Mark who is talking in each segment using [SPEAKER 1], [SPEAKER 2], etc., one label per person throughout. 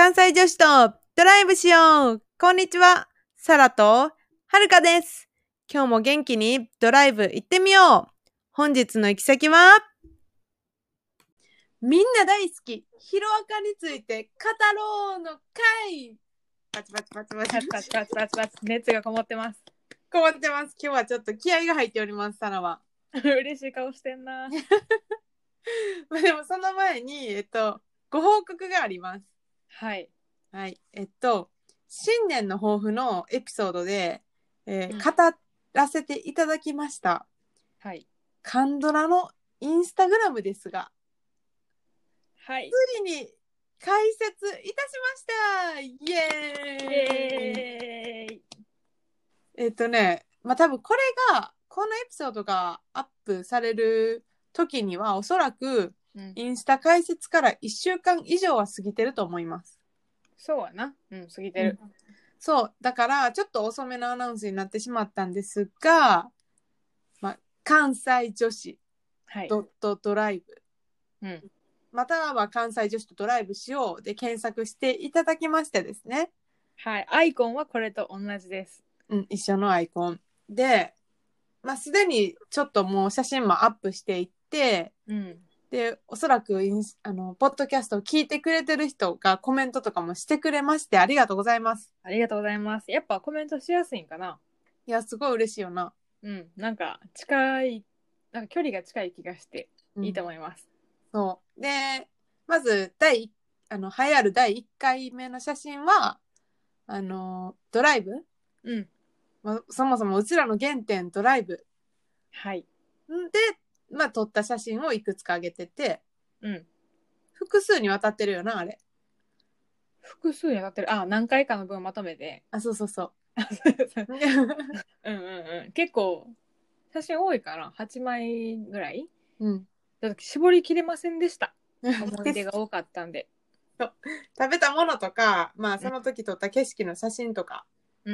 [SPEAKER 1] 関西女子とドライブしよう。こんにちは。サラとはるかです。今日も元気にドライブ行ってみよう。本日の行き先は、みんな大好きヒロアカについて語ろうの会。パチパチパチパチ
[SPEAKER 2] パチパチパチパチパチ熱がこもってます。
[SPEAKER 1] こもってます。今日はちょっと気合が入っております。サラは
[SPEAKER 2] 嬉しい顔してんな。
[SPEAKER 1] でもその前にご報告があります。
[SPEAKER 2] はい。
[SPEAKER 1] はい。新年の抱負のエピソードで、語らせていただきました。
[SPEAKER 2] はい。
[SPEAKER 1] カンドラのインスタグラムですが、
[SPEAKER 2] はい。
[SPEAKER 1] ついに開設いたしました。イエーイ。多分このエピソードがアップされる時にはおそらくインスタ開設から1週間以上は過ぎてると思います。
[SPEAKER 2] そうやな。過ぎてる。
[SPEAKER 1] そうだからちょっと遅めのアナウンスになってしまったんですが、関西女子ドットドライブ、または関西女子とドライブしようで検索していただきましてですね。
[SPEAKER 2] はい。アイコンはこれと同じです。
[SPEAKER 1] 一緒のアイコンで、すでにちょっともう写真もアップしていって、でおそらくポッドキャストを聞いてくれてる人がコメントとかもしてくれまして、ありがとうございます。
[SPEAKER 2] ありがとうございます。やっぱコメントしやすいんかな。
[SPEAKER 1] いや、すごい嬉しいよな。
[SPEAKER 2] なんか近い、なんか距離が近い気がしていいと思います。
[SPEAKER 1] そうで、まず栄えある第1回目の写真はドライブ、そもそもうちらの原点ドライブ、
[SPEAKER 2] はい
[SPEAKER 1] で、撮った写真をいくつか上げてて、複数にわたってるよな、あれ。
[SPEAKER 2] 複数にわたってる。何回かの分まとめて。
[SPEAKER 1] そうそうそう
[SPEAKER 2] 結構写真多いから8枚ぐらい、
[SPEAKER 1] だって
[SPEAKER 2] 絞りきれませんでした。思い出が多かったんで
[SPEAKER 1] 食べたものとか、その時撮った景色の写真とか、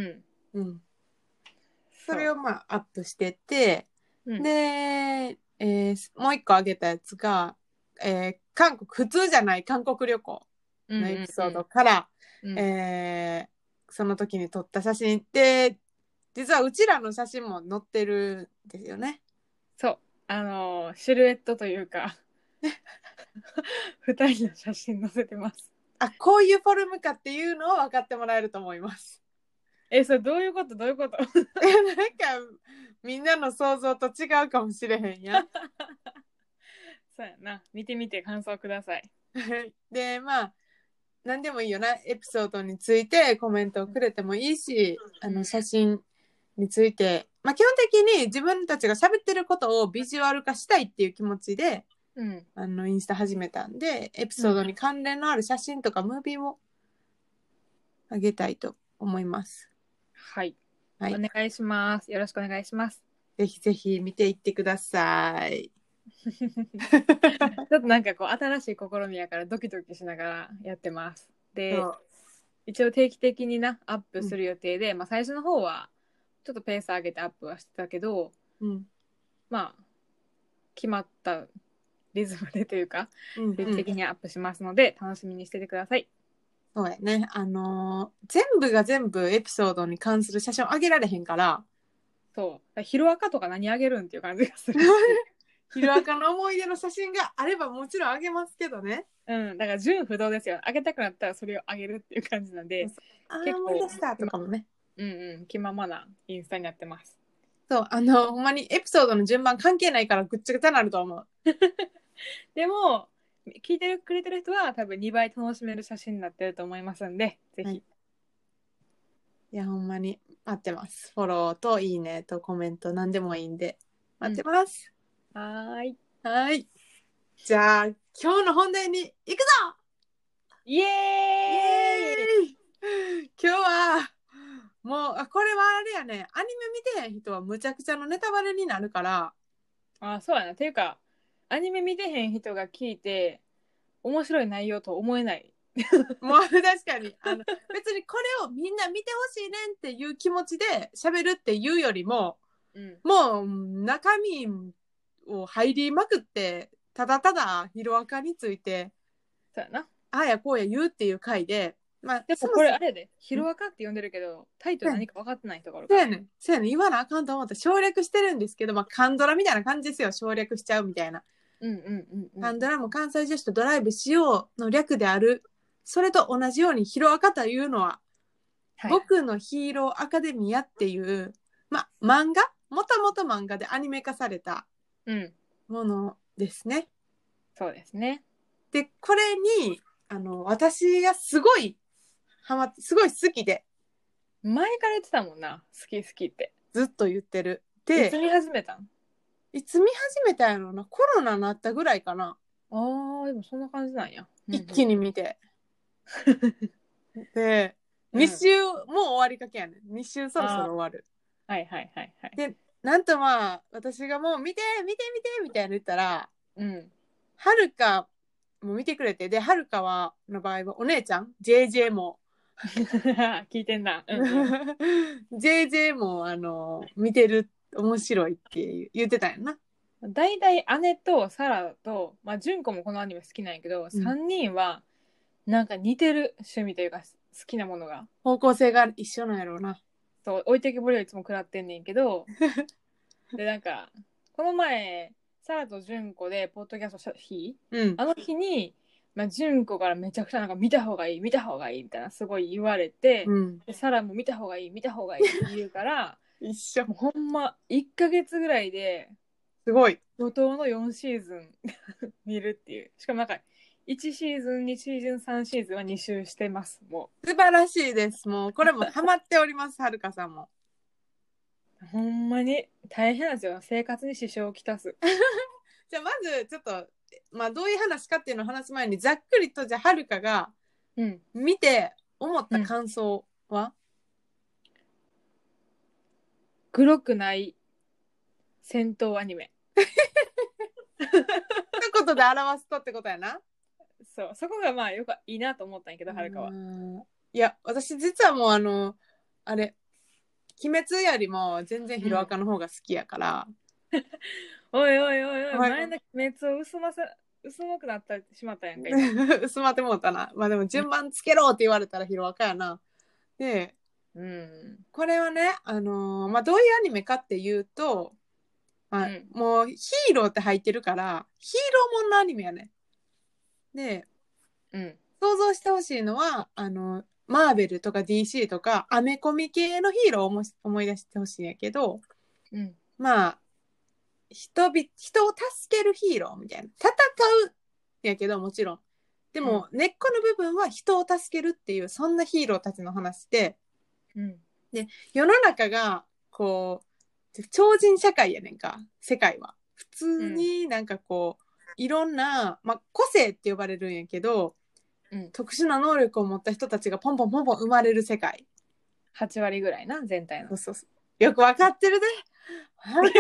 [SPEAKER 1] それをアップしてて、で、もう一個あげたやつが、普通じゃない韓国旅行のエピソードから、その時に撮った写真で、実はうちらの写真も載ってるんですよね。
[SPEAKER 2] そう、シルエットというか2人の写真載せてます。
[SPEAKER 1] こういうフォルムかっていうのを分かってもらえると思います。
[SPEAKER 2] それどういうことなんか
[SPEAKER 1] みんなの想像と違うかもしれへんや
[SPEAKER 2] そうやな、見てみて感想ください
[SPEAKER 1] で何でもいいよな。エピソードについてコメントをくれてもいいし、写真について、基本的に自分たちが喋ってることをビジュアル化したいっていう気持ちで、インスタ始めたんで、エピソードに関連のある写真とかムービーをあげたいと思います。
[SPEAKER 2] はい、お願いします。よろしくお願いします。
[SPEAKER 1] ぜひぜひ見ていってください
[SPEAKER 2] ちょっとなんかこう新しい試みやからドキドキしながらやってます。で、一応定期的にアップする予定で、最初の方はちょっとペース上げてアップはしてたけど、決まったリズムでというか、定期的にアップしますので楽しみにしててください。
[SPEAKER 1] そうやね。全部が全部エピソードに関する写真を上げられへんから。
[SPEAKER 2] そう。ヒロアカとか何あげるんっていう感じがする。
[SPEAKER 1] ヒロアカの思い出の写真があればもちろんあげますけどね。
[SPEAKER 2] だから純不動ですよ。あげたくなったらそれをあげるっていう感じなんで。
[SPEAKER 1] 結構思い出したとかもね。
[SPEAKER 2] 気ままなインスタになってます。
[SPEAKER 1] そう、ほんまにエピソードの順番関係ないからぐっちゃぐちゃになると思う。
[SPEAKER 2] でも、聞いてくれてる人は多分2倍楽しめる写真になってると思いますんで、ぜひ。
[SPEAKER 1] いや、ほんまに待ってます。フォローといいねとコメント何でもいいんで待ってます。
[SPEAKER 2] はい。
[SPEAKER 1] じゃあ、今日の本題に行くぞ。
[SPEAKER 2] イエーイ。
[SPEAKER 1] 今日はもうこれはあれやね、アニメ見てへん人はむちゃくちゃのネタバレになるから。
[SPEAKER 2] そうやな。ていうかアニメ見てへん人が聞いて面白い内容と思えない。
[SPEAKER 1] もう確かに別にこれをみんな見てほしいねんっていう気持ちで喋るっていうよりも、もう中身を入りまくってただただヒロアカについて
[SPEAKER 2] そうやな、
[SPEAKER 1] ああやこうや言うっていう回で、 まあ、
[SPEAKER 2] でも
[SPEAKER 1] そもそも、
[SPEAKER 2] これあれで、ヒロアカって呼んでるけど、タイトル何か分かってない人がおるから。
[SPEAKER 1] そうやねん。そうやねん。言わなあかんと思った。省略してるんですけど、まあ、カンドラみたいな感じですよ。省略しちゃうみたいな。
[SPEAKER 2] うんうんうんうん。
[SPEAKER 1] カンドラも関西女子とドライブしようの略である。それと同じようにヒロアカというのは、
[SPEAKER 2] はい。
[SPEAKER 1] 僕のヒーローアカデミアっていう、まあ、漫画もともと漫画でアニメ化された
[SPEAKER 2] うん。
[SPEAKER 1] ものですね。
[SPEAKER 2] そうですね。
[SPEAKER 1] で、これに、私がすごいすごい好きで、
[SPEAKER 2] 前から言ってたもんな。好き好きって。
[SPEAKER 1] ずっと言ってる。で、
[SPEAKER 2] いつ見始めたん？
[SPEAKER 1] いつ見始めたんやろな、コロナになったぐらいかな。
[SPEAKER 2] あー、でもそんな感じなんや。
[SPEAKER 1] 一気に見て。で、
[SPEAKER 2] うん
[SPEAKER 1] 2週、もう終わりかけやねん。2週そろそろ終わる。
[SPEAKER 2] はいはいはいはい。
[SPEAKER 1] で、なんとまあ、私がもう見て、見て、見て、みたいな言ったら、
[SPEAKER 2] うん。
[SPEAKER 1] はるかも見てくれて、で、はるかは、の場合は、お姉ちゃん ?JJ も。
[SPEAKER 2] 聞いてんな。うんうん。
[SPEAKER 1] JJ も、見てる、面白いって言ってたんやな。
[SPEAKER 2] 大体姉とサラと、まあ、純子もこのアニメ好きなんやけど、3人はなんか似てる趣味というか好きなものが。
[SPEAKER 1] 方向性が一緒なんやろうな。
[SPEAKER 2] そう、置いてけぼりをいつも食らってんねんけど、で、なんか、この前、サラと純子でポッドキャストした日、
[SPEAKER 1] うん。
[SPEAKER 2] あの日に、まあ、純子からめちゃくちゃなんか見た方がいい、見た方がいいみたいなすごい言われて、
[SPEAKER 1] うん。
[SPEAKER 2] でサラも見た方がいい、見た方がいいって言うから、
[SPEAKER 1] 一緒。
[SPEAKER 2] もうほんま1ヶ月ぐらいです
[SPEAKER 1] ごい。
[SPEAKER 2] 怒涛の4シーズン見るっていう。しかもなんか、1シーズン、2シーズン、3シーズンは2周してます、も
[SPEAKER 1] 素晴らしいです。もう、これもハマっております、はるかさんも。
[SPEAKER 2] う。ほんまに大変なんですよ。生活に支障をきたす。
[SPEAKER 1] じゃあ、まず、ちょっと、まあ、どういう話かっていうのを話す前に、ざっくりと、じゃあ、はるかが
[SPEAKER 2] うん。
[SPEAKER 1] 見て思った
[SPEAKER 2] うん。
[SPEAKER 1] 感想は、
[SPEAKER 2] 黒くない戦闘アニメ。
[SPEAKER 1] 一言で表すとってことやな。
[SPEAKER 2] そう。そこがまあいいなと思ったんやけど、はるかは。
[SPEAKER 1] いや、私実はもうあれ、鬼滅よりも全然ヒロアカの方が好きやから、
[SPEAKER 2] おいおいおいおい、
[SPEAKER 1] はい
[SPEAKER 2] 前の鬼滅を薄まくなってしまったやんか、今。
[SPEAKER 1] 薄まってもうたな。まあでも順番つけろって言われたらヒロアカやな。で、
[SPEAKER 2] うん。
[SPEAKER 1] これはね、まあどういうアニメかっていうと、まあ、
[SPEAKER 2] うん。
[SPEAKER 1] もうヒーローって入ってるから、ヒーローもんのアニメやね。で、
[SPEAKER 2] うん。
[SPEAKER 1] 想像してほしいのは、マーベルとか DC とか、アメコミ系のヒーローを思い出してほしいんやけど、
[SPEAKER 2] うん。
[SPEAKER 1] まあ、人を助けるヒーローみたいな。戦うんやけど、もちろん。でも、根っこの部分は人を助けるっていう、そんなヒーローたちの話で、
[SPEAKER 2] うん。
[SPEAKER 1] で、世の中が、こう、超人社会やねんか、世界は。普通になんかこう、いろんな、まあ、個性って呼ばれるんやけど、
[SPEAKER 2] うん。
[SPEAKER 1] 特殊な能力を持った人たちがポンポンポンポン生まれる世界。
[SPEAKER 2] 8割ぐらいな、全体の。
[SPEAKER 1] そうそうそう。よくわかってるで。なんか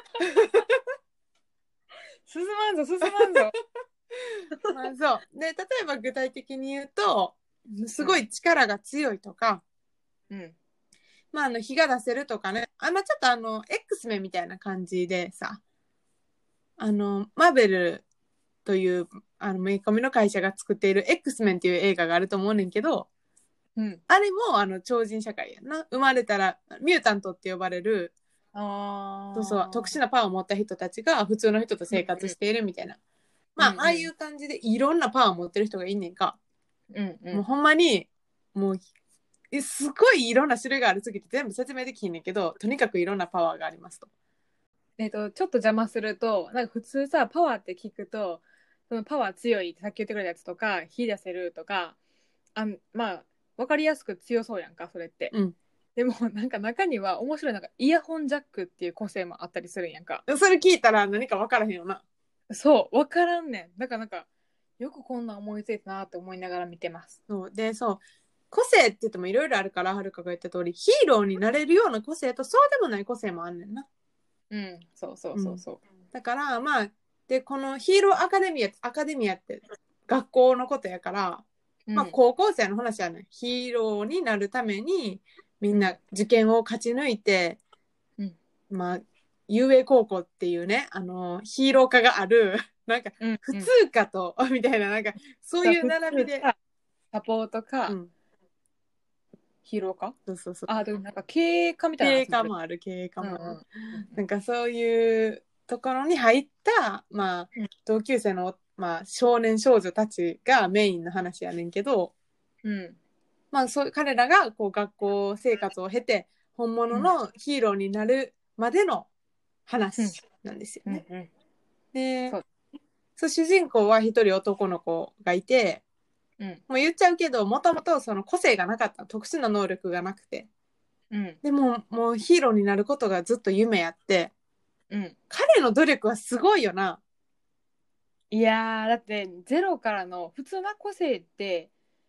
[SPEAKER 2] 進まんぞ、進まんぞ。
[SPEAKER 1] まあそう。で、例えば具体的に言うと、すごい力が強いとか、
[SPEAKER 2] うん。
[SPEAKER 1] まあ火が出せるとかね。ちょっとX メンみたいな感じでさ、マーベルという、メイコミの会社が作っている X メンっていう映画があると思うねんけど、
[SPEAKER 2] うん。
[SPEAKER 1] あれも超人社会やな。生まれたらミュータントって呼ばれる、そうそう、特殊なパワーを持った人たちが普通の人と生活しているみたいな。まあ、ああいう感じでいろんなパワーを持ってる人がいんねんか。
[SPEAKER 2] うんうん。
[SPEAKER 1] もうほんまに、もう、すごいいろんな種類があるすぎて全部説明できひんねんけど、とにかくいろんなパワーがありますと。
[SPEAKER 2] ちょっと邪魔すると、なんか普通さ、パワーって聞くと、そのパワー強いってさっき言ってくれたやつとか、火出せるとか、まあ、わかりやすく強そうやんか、それって。
[SPEAKER 1] うん。
[SPEAKER 2] でも、なんか中には面白い、なんかイヤホンジャックっていう個性もあったりするんやんか。
[SPEAKER 1] それ聞いたら何か分からへんよな。
[SPEAKER 2] そう、わからんねん。だからなんか、よくこんなん思いついたなって思いながら見てます。
[SPEAKER 1] そう。で、そう。個性って言ってもいろいろあるから、はるかが言った通り、ヒーローになれるような個性とそうでもない個性もあんねんな。
[SPEAKER 2] うん、そうそうそうそう。
[SPEAKER 1] だからまあでこのヒーローアカデミアって学校のことやから、まあ高校生の話はね、ヒーローになるためにみんな受験を勝ち抜いて、まあ遊泳高校っていうねヒーロー科があるなんか普通科と、みたいななんかそういう並びで
[SPEAKER 2] サポートか、 ヒーローか。
[SPEAKER 1] そうそうそう。
[SPEAKER 2] あ、でもなんか経営家みたいな
[SPEAKER 1] 経営
[SPEAKER 2] の集めてる。
[SPEAKER 1] 家もある、経営家もある。
[SPEAKER 2] うんうん
[SPEAKER 1] なんかそういうところに入った、まあ
[SPEAKER 2] うん、
[SPEAKER 1] 同級生の、まあ、少年少女たちがメインの話やねんけど、
[SPEAKER 2] うん
[SPEAKER 1] まあ、そう彼らがこう学校生活を経て本物のヒーローになるまでの話なんですよね。
[SPEAKER 2] うんうん。
[SPEAKER 1] で、
[SPEAKER 2] そう
[SPEAKER 1] そう主人公は一人男の子がいて、
[SPEAKER 2] うん
[SPEAKER 1] もう言っちゃうけど、もともとその個性がなかった、特殊な能力がなくて、
[SPEAKER 2] うん
[SPEAKER 1] でももうヒーローになることがずっと夢やって、
[SPEAKER 2] うん。
[SPEAKER 1] 彼の努力はすごいよな。
[SPEAKER 2] いやー、だってゼロからの普通な個性って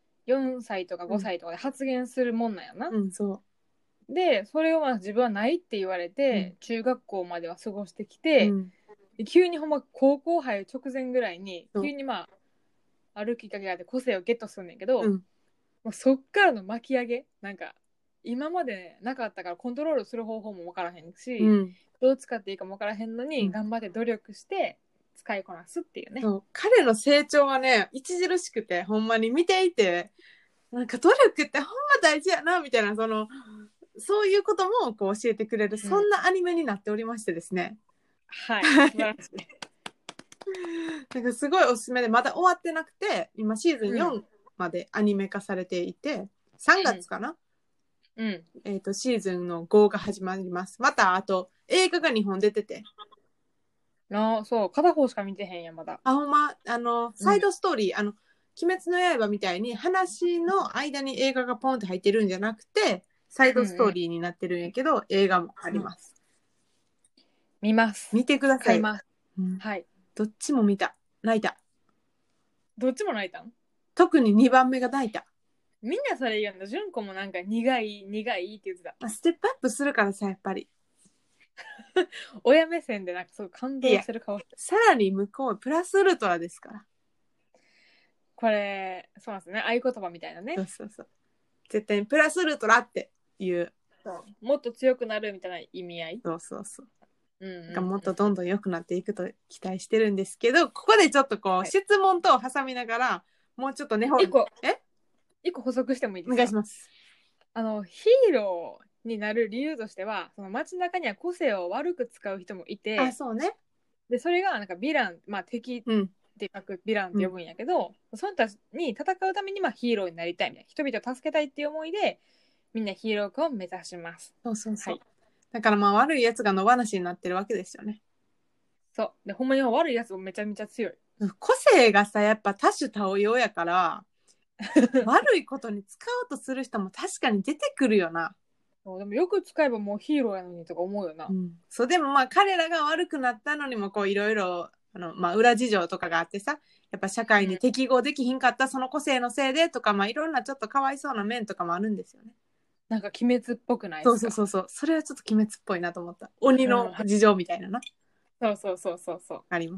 [SPEAKER 2] 4歳とか5歳とかで発言するもんなんやな。
[SPEAKER 1] うん、そ
[SPEAKER 2] で、それをまあ自分はないって言われて、中学校までは過ごしてき
[SPEAKER 1] う。う
[SPEAKER 2] て、
[SPEAKER 1] ん、
[SPEAKER 2] で急にほんま高校入る直前ぐらいに、
[SPEAKER 1] そう
[SPEAKER 2] 急にまあ、あるきっかけがあって個性をゲットするんだけど、
[SPEAKER 1] うん、
[SPEAKER 2] もうそっからの巻き上げ、なんか、今までなかったからコントロールする方法も分からへんし、
[SPEAKER 1] うん。
[SPEAKER 2] どう使っていいかも分からへんのに、
[SPEAKER 1] うん
[SPEAKER 2] 頑張って努力して使いこなすっていうね。
[SPEAKER 1] そう彼の成長はね、著しくて、ほんまに見ていて、なんか努力ってほんま大事やな、みたいな、そういうこともこう教えてくれる、そんなアニメになっておりましてですね。
[SPEAKER 2] はい、素晴らしい。
[SPEAKER 1] なんかすごいおすすめで、まだ終わってなくて、今シーズン
[SPEAKER 2] うん
[SPEAKER 1] 4までアニメ化されていて、3月かな、
[SPEAKER 2] うん。
[SPEAKER 1] シーズンの5が始まります。また、あと、映画が2本出てて。
[SPEAKER 2] そう、片方しか見てへんやん、まだ。
[SPEAKER 1] あ、ほんま、サイドストーリー、鬼滅の刃みたいに話の間に映画がポンって入ってるんじゃなくて、サイドストーリーになってるんやけど、映画もあります。
[SPEAKER 2] 見ます。
[SPEAKER 1] 見てください。
[SPEAKER 2] 買います。
[SPEAKER 1] うん、
[SPEAKER 2] はい。
[SPEAKER 1] どっちも見た。泣いた。
[SPEAKER 2] どっちも泣いたん？
[SPEAKER 1] 特に2番目が泣いた。
[SPEAKER 2] みんなそれ言うんだ。純子もなんか苦い、苦いって言ってた。
[SPEAKER 1] ステップアップするからさ、やっぱり。
[SPEAKER 2] 親目線でなんかすごい感動してる顔して。
[SPEAKER 1] さらに向こう、プラスウルトラですから。
[SPEAKER 2] これ、そうなんですね。合言葉みたいなね。
[SPEAKER 1] そうそうそう。絶対にプラスウルトラっていう。
[SPEAKER 2] そうもっと強くなるみたいな意味合い。
[SPEAKER 1] そうそうそう。
[SPEAKER 2] うん
[SPEAKER 1] がもっとどんどん良くなっていくと期待してるんですけど、ここでちょっとこう、
[SPEAKER 2] はい
[SPEAKER 1] 質問と挟みながら、もうちょっとね、
[SPEAKER 2] 一個補足してもいいですか？
[SPEAKER 1] お願いします。
[SPEAKER 2] ヒーローになる理由としては、その街中には個性を悪く使う人もいて、
[SPEAKER 1] あ、そうね。
[SPEAKER 2] で、それがなんかヴィラン、まあ敵
[SPEAKER 1] うん。
[SPEAKER 2] って書くヴィランって呼ぶんやけど、その人たちに戦うためにまあヒーローになりたいみたいな、人々を助けたいっていう思いで、みんなヒーロー化を目指します。
[SPEAKER 1] そうそうそう。
[SPEAKER 2] はい。
[SPEAKER 1] だからまあ悪いやつが野放しになってるわけですよね。
[SPEAKER 2] そう。で、ほんまに悪いやつもめちゃめちゃ強い。
[SPEAKER 1] 個性がさ、やっぱ多種多様やから、悪いことに使おうとする人も確かに出てくるよな。
[SPEAKER 2] そうでもよく使えばもうヒーローやのにとか思うよな。
[SPEAKER 1] そう、でもまあ彼らが悪くなったのにもこういろいろ、まあ裏事情とかがあってさ、やっぱ社会に適合できひんかったその個性のせいでとか、まあいろんなちょっとかわいそうな面とかもあるんですよね。
[SPEAKER 2] なんか鬼滅っぽくないで
[SPEAKER 1] そう
[SPEAKER 2] すか？
[SPEAKER 1] そうそうそう。それはちょっと鬼滅っぽいなと思った。鬼の事情みたいなな。
[SPEAKER 2] そうそうそうそうそう。
[SPEAKER 1] あります。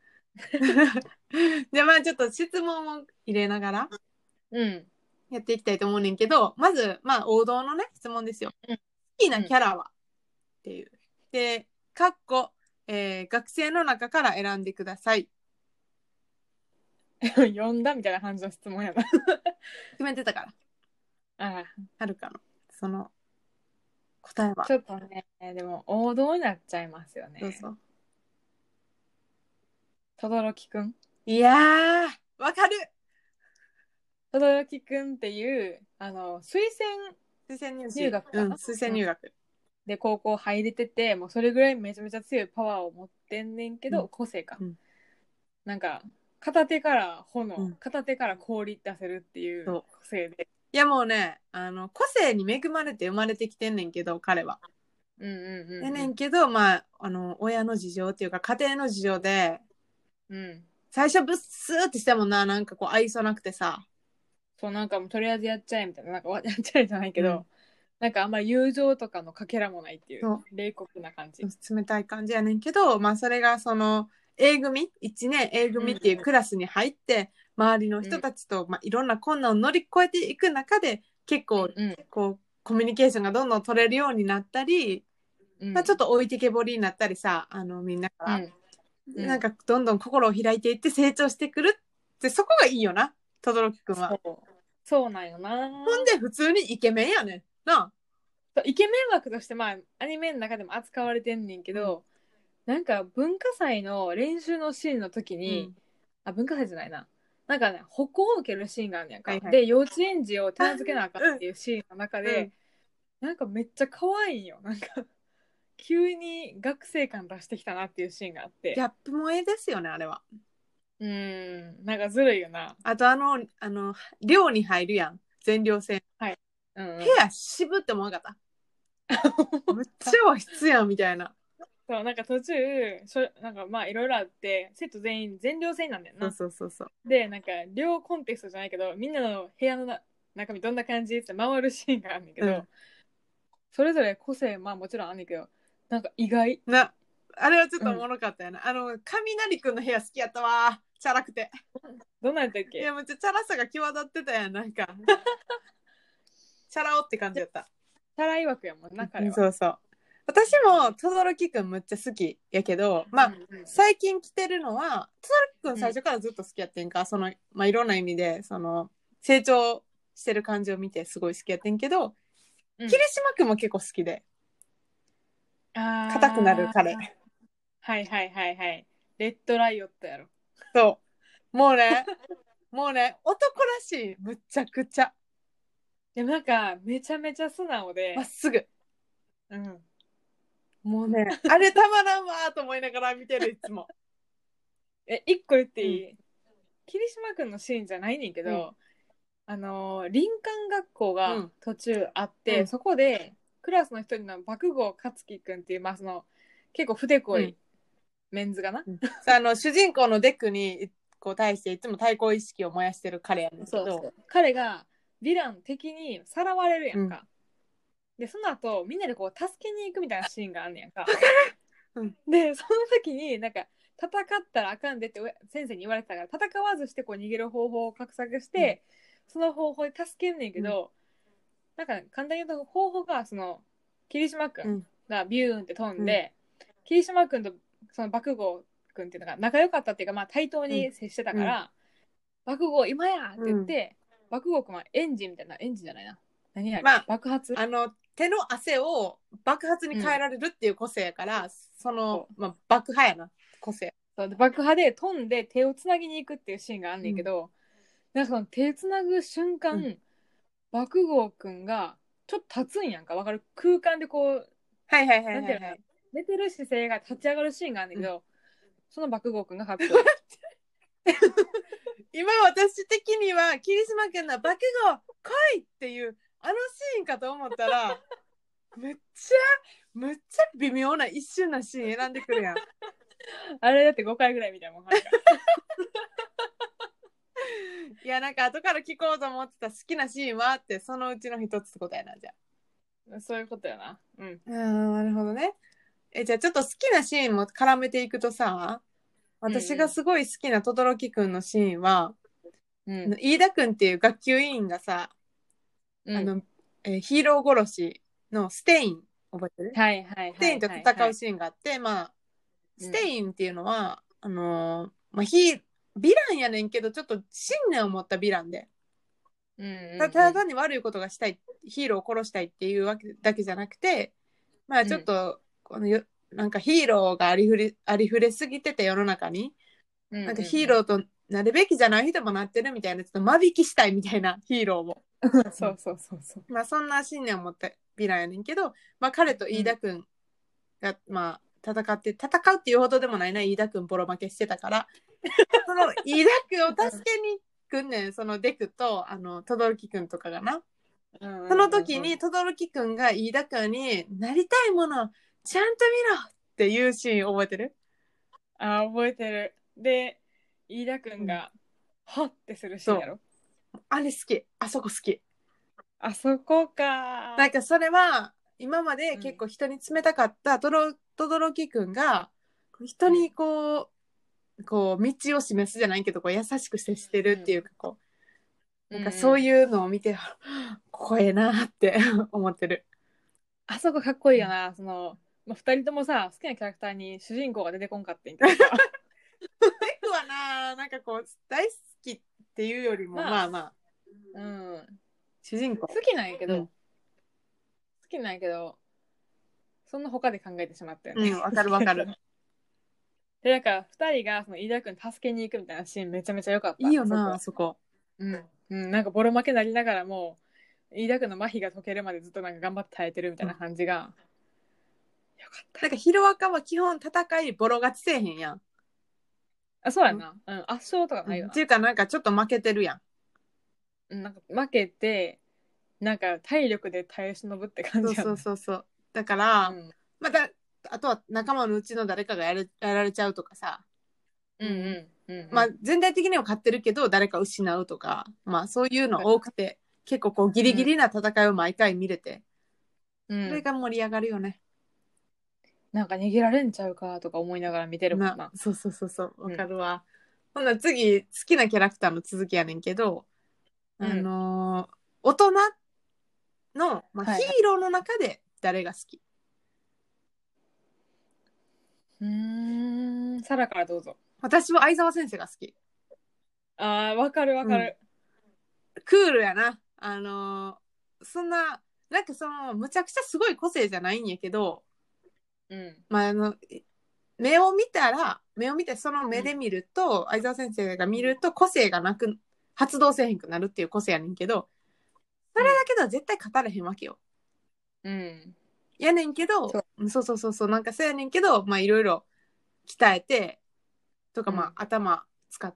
[SPEAKER 1] じゃあまあちょっと質問を入れながら
[SPEAKER 2] うん。
[SPEAKER 1] やっていきたいと思うねんけど、まず、まあ王道のね、質問ですよ。
[SPEAKER 2] うん
[SPEAKER 1] 好きなキャラは、っていう。で、かっこ、学生の中から選んでください。
[SPEAKER 2] 読んだみたいな感じの質問やな。
[SPEAKER 1] 決めてたから。
[SPEAKER 2] あ
[SPEAKER 1] はるかの、その、答えは。
[SPEAKER 2] ちょっとね、でも王道になっちゃいますよね。
[SPEAKER 1] どうぞ。
[SPEAKER 2] 轟くん。
[SPEAKER 1] いやー、わかる。
[SPEAKER 2] 轟くんっていう、推
[SPEAKER 1] 推薦入試。
[SPEAKER 2] 入学かな
[SPEAKER 1] 推薦入学。
[SPEAKER 2] で高校入れてて、もうそれぐらいめちゃめちゃ強いパワーを持ってんねんけど、
[SPEAKER 1] うん
[SPEAKER 2] 個性か。
[SPEAKER 1] うん
[SPEAKER 2] なんか、片手から炎、
[SPEAKER 1] うん
[SPEAKER 2] 片手から氷出せるっていう個性で。
[SPEAKER 1] いやもうね、個性に恵まれて生まれてきてんねんけど、彼は。
[SPEAKER 2] うんうんうん、うん。
[SPEAKER 1] やねんけど、まあ、親の事情っていうか、家庭の事情で、
[SPEAKER 2] うん。
[SPEAKER 1] 最初ブッスーってしたもんな、なんかこう愛想なくてさ。
[SPEAKER 2] そう、なんかもうとりあえずやっちゃえみたいな、なんかやっちゃえじゃないけど、
[SPEAKER 1] うん
[SPEAKER 2] なんかあんまり友情とかのかけらもないってい
[SPEAKER 1] そう
[SPEAKER 2] う、冷酷な感じ。
[SPEAKER 1] 冷たい感じやねんけど、まあそれがその A 組、1年 A 組っていうクラスに入って、周りの人たちと、まあ、いろんな困難を乗り越えていく中で、結構こうコミュニケーションがどんどん取れるようになったり、まあ、ちょっと置いてけぼりになったりさ、みんなから、なんかどんどん心を開いていって成長してくるって、そこがいいよな、轟くんは。
[SPEAKER 2] そうなんよな。
[SPEAKER 1] ほんで普通にイケメンやねんな。
[SPEAKER 2] イケメン枠としてまあアニメの中でも扱われてんねんけど、なんか文化祭の練習のシーンの時に、文化祭じゃないな。なんかね、歩行を受けるシーンがあるんやんか。
[SPEAKER 1] はいはい、
[SPEAKER 2] で、幼稚園児を手なずけなあかんっていうシーンの中で、なんかめっちゃ可愛いんよ。なんか、急に学生感出してきたなっていうシーンがあって。
[SPEAKER 1] ギャップ萌えですよね、あれは。
[SPEAKER 2] なんかずるいよな。
[SPEAKER 1] あと寮に入るやん。全寮制。
[SPEAKER 2] はい。
[SPEAKER 1] 部屋渋って思わなかった。むっちゃ和室やん、みたいな。
[SPEAKER 2] そう、なんか途中、なんかまあいろいろあって、生徒全員全寮制なんだよな。
[SPEAKER 1] そうそうそう。
[SPEAKER 2] で、なんか寮コンテストじゃないけど、みんなの部屋の中身どんな感じって回るシーンがあるんだけど、それぞれ個性まあもちろんあんねんけど、なんか意外。
[SPEAKER 1] あれはちょっとおもろかったよな。雷くんの部屋好きやったわ。チャラくて。
[SPEAKER 2] どんなんやったっけ？
[SPEAKER 1] いや、めっちゃチャラさが際立ってたやん、なんか。チャラ男って感じやった。
[SPEAKER 2] チャラい枠やもんな、彼は。
[SPEAKER 1] そうそう。私も轟くんむっちゃ好きやけど、まあ、最近来てるのは、轟くん最初からずっと好きやってんか、まあ、いろんな意味で、成長してる感じを見てすごい好きやってんけど、霧島くんも結構好きで。硬くなる彼。
[SPEAKER 2] はいはいはいはい。レッドライオットやろ。
[SPEAKER 1] そう。もうね、男らしい、むっちゃくちゃ。
[SPEAKER 2] でもなんか、めちゃめちゃ素直で。
[SPEAKER 1] まっすぐ。もうね、あれたまらんわーと思いながら見てる、いつも。
[SPEAKER 2] 一個言っていい？霧島くんのシーンじゃないねんけど、林間学校が途中あって、そこで、クラスの一人の爆豪勝樹くんっていう、まあ結構ふてこいメンズがな。
[SPEAKER 1] 主人公のデックに対していつも対抗意識を燃やしてる彼やねんけど、
[SPEAKER 2] そう彼がヴィラン敵にさらわれるやんか。で、その後、みんなでこう、助けに行くみたいなシーンがあんねやんか。で、その時に、なんか、戦ったらあかんでって先生に言われてたから、戦わずしてこう逃げる方法を画策して、その方法で助けんねんけど、なんか簡単に言うと方法が、霧島くんがビューンって飛んで、霧島くんとその爆豪くんっていうのが仲良かったっていうか、まあ対等に接してたから、爆豪今やって言って、爆豪くんはエンジンみたいな、エンジンじゃないな。何や、まあ、爆発
[SPEAKER 1] 手の汗を爆発に変えられるっていう個性やから、まあ、爆破やな、個性。
[SPEAKER 2] そうで爆破で飛んで手をつなぎに行くっていうシーンがあんねんけど、なんかその手つなぐ瞬間、爆豪くんがちょっと立つんやんか。わかる？空間でこう、
[SPEAKER 1] はいはいはいはい、はい、
[SPEAKER 2] 寝てる姿勢が立ち上がるシーンがあんねんけど、その爆豪くんがかっこいい。
[SPEAKER 1] 今私的には霧島くんの爆豪来いっていうあのシーンかと思ったらむっちゃ微妙な一瞬なシーン選んでくるやん。
[SPEAKER 2] あれだって5回ぐらい見たもん。
[SPEAKER 1] いや、なんか後から聞こうと思ってた好きなシーンはあって、そのうちの一つってことやな、じゃ
[SPEAKER 2] あ。そういうことやな。
[SPEAKER 1] なるほどね。じゃあちょっと好きなシーンも絡めていくとさ、私がすごい好きな轟くんのシーンは、飯田くんっていう学級委員がさ、ヒーロー殺しのステイン、覚えてる？ステインと戦うシーンがあって、まあ、ステインっていうのは、まあ、ヴィランやねんけど、ちょっと信念を持ったヴィランで、ただ単に悪いことがしたい、ヒーローを殺したいっていうわけだけじゃなくて、まあちょっと、なんかヒーローがありふれすぎてて世の中に、なんかヒーローとなるべきじゃない人もなってるみたいな、ちょっと間引きしたいみたいなヒーローを。
[SPEAKER 2] そう。
[SPEAKER 1] まあそんな信念を持ったヴィランやねんけど、まあ彼と飯田くんが、まあ戦うっていうほどでもないな、飯田くんボロ負けしてたから、その飯田くんを助けに来んねん、そのデクと、轟くんとかがな。その時に轟くんが飯田くんになりたいものをちゃんと見ろっていうシーン覚えてる？
[SPEAKER 2] 覚えてる。で、飯田くんが、はってするシーンやろ。
[SPEAKER 1] あれ好き。あそこ好き。
[SPEAKER 2] あそこか。
[SPEAKER 1] なんかそれは今まで結構人に冷たかった轟くんが人にこう道を示すじゃないけど、こう優しく接してるっていうか、こうなんかそういうのを見て、怖えなって思ってる。
[SPEAKER 2] あそこかっこいいよな。まあ、2人ともさ、好きなキャラクターに主人公が出てこんかってんけどさ。
[SPEAKER 1] デクはな、なんかこう大好きっていうよりも、まあ
[SPEAKER 2] うん、
[SPEAKER 1] 主人公。
[SPEAKER 2] 好きなんやけど、
[SPEAKER 1] うん
[SPEAKER 2] 好きなんやけど、そんな他で考えてしまったよね。
[SPEAKER 1] うん、わかるわかる。
[SPEAKER 2] で、なんか、二人がその飯田君助けに行くみたいなシーンめちゃめちゃ良かった。
[SPEAKER 1] いいよな、
[SPEAKER 2] あ
[SPEAKER 1] あそこ。
[SPEAKER 2] うん。うん、なんかボロ負けなりながらも、飯田君の麻痺が解けるまでずっとなんか頑張って耐えてるみたいな感じが、よかった。
[SPEAKER 1] なんかヒロアカは基本戦いボロ勝ちせえへんやん。
[SPEAKER 2] あ、そうやな。うん、圧勝とかないよな。
[SPEAKER 1] っていうかなんかちょっと負けてるやん。
[SPEAKER 2] うん、なんか負けて、なんか体力で耐え忍ぶって感
[SPEAKER 1] そうそう
[SPEAKER 2] じやな。
[SPEAKER 1] そうそう。だから、
[SPEAKER 2] うん。
[SPEAKER 1] また、あとは仲間のうちの誰かがやられちゃうとかさ。
[SPEAKER 2] うんうんうん
[SPEAKER 1] まあ
[SPEAKER 2] うん。
[SPEAKER 1] 全体的には勝ってるけど誰か失うとか、まあそういうの多くて、結構こうギリギリな戦いを毎回見れて、それ
[SPEAKER 2] うん。
[SPEAKER 1] が盛り上がるよね。
[SPEAKER 2] なんか逃げられんちゃうかとか思いながら見てるもんな。
[SPEAKER 1] そうそうそうそう、わ
[SPEAKER 2] うん。
[SPEAKER 1] かるわ。ほんなら次、好きなキャラクターの続きやねんけど、
[SPEAKER 2] うん。
[SPEAKER 1] 大人の、まあ、ヒ
[SPEAKER 2] はいはい。
[SPEAKER 1] ーローの中で誰が好き？
[SPEAKER 2] サラからどうぞ。
[SPEAKER 1] 私は相沢先生が好き。
[SPEAKER 2] ああ、わかるわ
[SPEAKER 1] うん。
[SPEAKER 2] かる。
[SPEAKER 1] クールやな。そんな、なんかむちゃくちゃすごい個性じゃないんやけど、
[SPEAKER 2] うん。
[SPEAKER 1] まあ、目を見て、その目で見ると、相沢先生が見ると個性がなく、発動せえへんくなるっていう個性やねんけど、それだけでは絶対語れへんわけよ。
[SPEAKER 2] うん。
[SPEAKER 1] やねんけど、
[SPEAKER 2] そう。
[SPEAKER 1] そうそうそうそう、なんかそうやねんけど、まあいろいろ鍛えて、とか
[SPEAKER 2] うん。
[SPEAKER 1] まあ頭使って、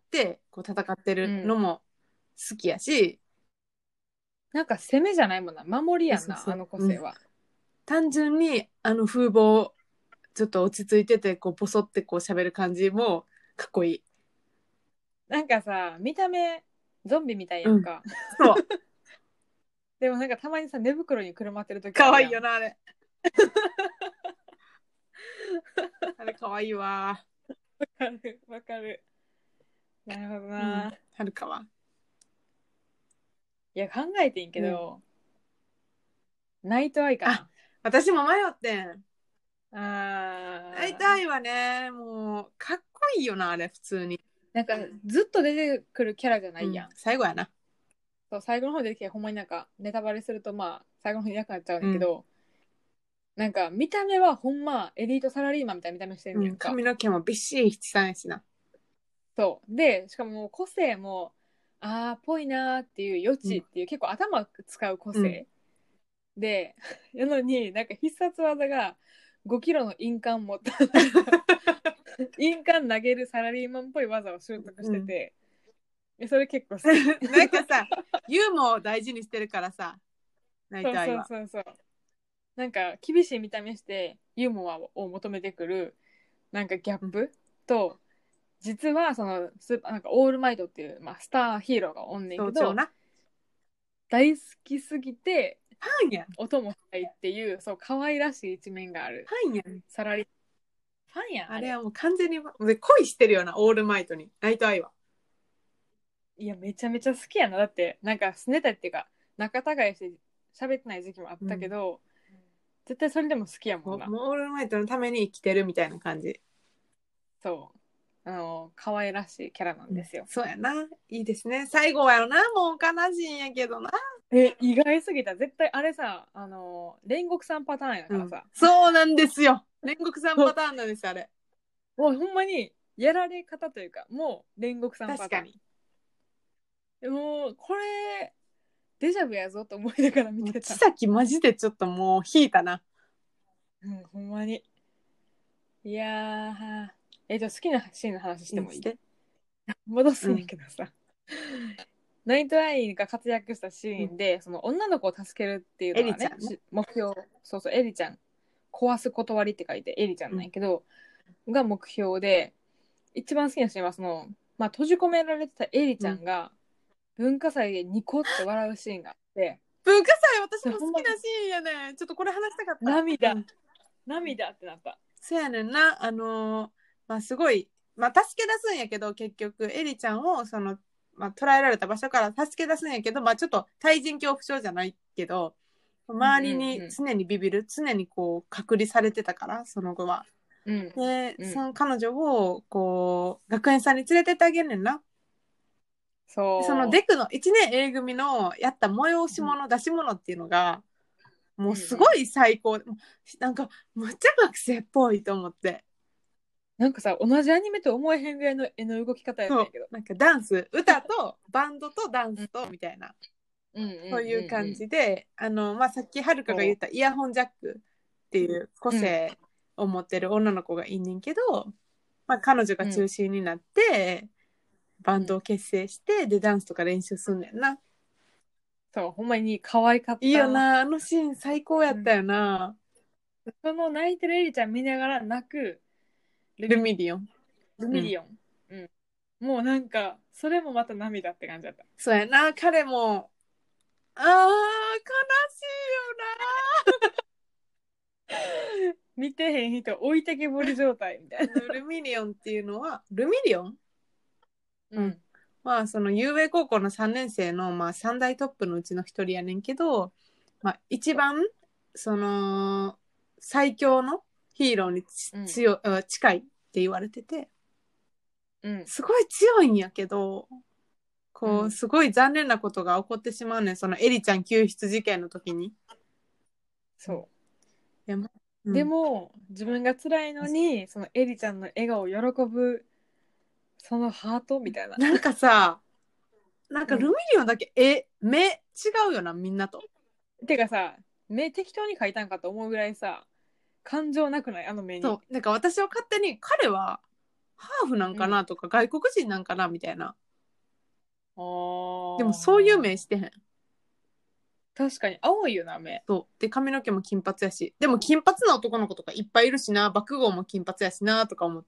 [SPEAKER 1] こう戦って
[SPEAKER 2] うん。
[SPEAKER 1] るのも好きやし、
[SPEAKER 2] なんか攻めじゃないもんな。守りやんな、
[SPEAKER 1] そうそうそう、
[SPEAKER 2] あの個性は。
[SPEAKER 1] 単純にあの風貌、ちょっと落ち着いてて、こう、ボソってこう喋る感じもかっこいい。
[SPEAKER 2] なんかさ、見た目、ゾンビみたいや
[SPEAKER 1] うん。
[SPEAKER 2] んか。
[SPEAKER 1] そう。
[SPEAKER 2] でもなんかたまにさ、寝袋にくるまってる時あ
[SPEAKER 1] か
[SPEAKER 2] るやん。
[SPEAKER 1] わいいよな、あれ。あれかわいいわ。
[SPEAKER 2] わかる、わかる。なるほど
[SPEAKER 1] うん。
[SPEAKER 2] な。
[SPEAKER 1] はるかは。
[SPEAKER 2] いや、考えてんけ
[SPEAKER 1] うん。
[SPEAKER 2] ど、ナイトアイか
[SPEAKER 1] あ、
[SPEAKER 2] な。
[SPEAKER 1] 私も迷ってん。大
[SPEAKER 2] あー、
[SPEAKER 1] 体はね、もう、かっこいいよな、あれ、普通に。
[SPEAKER 2] なんかずっと出てくるキャラじゃな
[SPEAKER 1] うん。
[SPEAKER 2] いやん。
[SPEAKER 1] 最後やな。
[SPEAKER 2] そう、最後の方出てきて、ほんまになんかネタバレすると、まあ、最後の方いなくなっちゃうね
[SPEAKER 1] うん。
[SPEAKER 2] んけど、なんか見た目はほんまエリートサラリーマンみたいな見た目してん
[SPEAKER 1] うん。
[SPEAKER 2] ねやんか。
[SPEAKER 1] 髪の毛もびっしり七三やしな。
[SPEAKER 2] そう。で、しかももう個性も、あー、ぽいなーっていう余
[SPEAKER 1] うん。
[SPEAKER 2] 地っていう結構頭使う個
[SPEAKER 1] うん。
[SPEAKER 2] 性。で、なのになんか必殺技が5キロの印鑑持った、なんか印鑑投げるサラリーマンっぽい技を習得し
[SPEAKER 1] うん。
[SPEAKER 2] てて、それ結構好き。
[SPEAKER 1] なんかさ、ユーモアを大事にしてるからさ、大
[SPEAKER 2] そうそう
[SPEAKER 1] 体は。
[SPEAKER 2] そうそう。なんか厳しい見た目してユーモアを求めてくるなんかギャッ
[SPEAKER 1] うん。
[SPEAKER 2] プと、実はそのなんかオールマイトっていう、まあ、スターヒーローがおんねんけど、
[SPEAKER 1] 象徴な。
[SPEAKER 2] 大好きすぎて
[SPEAKER 1] ファンやん。
[SPEAKER 2] 音もしたいっていう、そう可愛らしい一面がある
[SPEAKER 1] ファンやん。
[SPEAKER 2] サラリーファンやんあれ。
[SPEAKER 1] あれはもう完全に、恋してるような、オールマイトに。ナイトアイは。
[SPEAKER 2] いやめちゃめちゃ好きやな。だってなんかすねたっていうか仲違いして喋ってない時期もあったけど、絶対それでも好きやもんな。
[SPEAKER 1] もうオールマイトのために生きてるみたいな感じ。
[SPEAKER 2] そう可愛らしいキャラなんですよ。
[SPEAKER 1] そうやな。いいですね。最後やろな。もう悲しいんやけどな。
[SPEAKER 2] 意外すぎた。絶対あれさ、煉獄さんパターンや
[SPEAKER 1] うん。
[SPEAKER 2] からさ。
[SPEAKER 1] そうなんですよ。煉獄さんパターンなんです、あれ。
[SPEAKER 2] もうほんまに、やられ方というか、もう煉獄さんパターン。
[SPEAKER 1] 確かに。
[SPEAKER 2] もう、これ、デジャブやぞと思いながら見
[SPEAKER 1] もう、
[SPEAKER 2] てた。
[SPEAKER 1] 千崎マジでちょっともう引いたな。
[SPEAKER 2] うん、ほんまに。いやー、好きなシーンの話してもいい？
[SPEAKER 1] して。
[SPEAKER 2] 戻すんや
[SPEAKER 1] うん。
[SPEAKER 2] けどさ。ナイトアイが活躍したシ
[SPEAKER 1] うん。
[SPEAKER 2] ーンで、その女の子を助けるっていう
[SPEAKER 1] エ
[SPEAKER 2] のがね、
[SPEAKER 1] リちゃんね。
[SPEAKER 2] 目標。そうそう、エリちゃん。壊す断りって書いてエリちゃん
[SPEAKER 1] うん。
[SPEAKER 2] なんやけど、が目標で、一番好きなシーンはまあ、閉じ込められてたエリち
[SPEAKER 1] うん。
[SPEAKER 2] ゃんが文化祭でニコって笑うシーンがあって、
[SPEAKER 1] 文化祭私も好
[SPEAKER 2] それほんま
[SPEAKER 1] きなシーンやね。ちょっとこれ話したかった。う
[SPEAKER 2] 涙、
[SPEAKER 1] ん。
[SPEAKER 2] 涙ってなった。
[SPEAKER 1] そうやねんな。まあ、すごい、まあ、助け出すんやけど、結局、エリちゃんを、まあ、捕らえられた場所から助け出すんやけど、まあ、ちょっと対人恐怖症じゃないけど、
[SPEAKER 2] うん
[SPEAKER 1] 周りに
[SPEAKER 2] う
[SPEAKER 1] 常にビビる、常にこう、隔離されてたから、その後は。
[SPEAKER 2] んうん。
[SPEAKER 1] で、
[SPEAKER 2] うんうん。
[SPEAKER 1] その彼女を、こう、学園さんに連れてってあげんねんな。
[SPEAKER 2] そう。
[SPEAKER 1] そのデクの1年 A 組のやった催し物、出し物っていうのがもうすごい最高、なんかむっちゃ学生っぽいと思って。
[SPEAKER 2] なんかさ、同じアニメと思えへんぐらいの絵の動き方やったんやけど。
[SPEAKER 1] なんかダンス、歌とバンドとダンスとみたいな、そういう感じで、さっきはるかが言ったイヤホンジャックっていう個性を持ってる女の子がいんねんけど、彼女が中心になって、バンドを結成して、でダンスとか練習すんねんな。
[SPEAKER 2] そう、ほんまに可愛かった。
[SPEAKER 1] いいよな、あのシーン最高やったよな。
[SPEAKER 2] その泣いてるエリちゃん見ながら泣く
[SPEAKER 1] ルミリオン。
[SPEAKER 2] もうなんかそれもまた涙って感じだった。
[SPEAKER 1] そうやな、彼も悲し
[SPEAKER 2] いよな見てへん人置いてけぼり状態みたいな。
[SPEAKER 1] ルミリオンっていうのはルミリオン、その遊泳高校の3年生の、3大トップのうちの一人やねんけど、一番その最強のヒーローに近いって言われてて、すごい強いんやけど、すごい残念なことが起こってしまうねん、そのエリちゃん救出事件の時に。
[SPEAKER 2] そう。でも自分が辛いのにそのエリちゃんの笑顔を喜ぶそのハートみたいな。
[SPEAKER 1] なんかさ、なんかルミリオンだけ、目違うよな、みんなと。
[SPEAKER 2] てかさ、目適当に描いたんかと思うぐらいさ、感情なくないあの目に。
[SPEAKER 1] そう。なんか私は勝手に彼はハーフなんかなとか、外国人なんかなみたいな。でもそういう目してへん。
[SPEAKER 2] 確かに青いよな、目。
[SPEAKER 1] そう。で、髪の毛も金髪やし。でも金髪な男の子とかいっぱいいるしな、爆豪も金髪やしな、とか思って。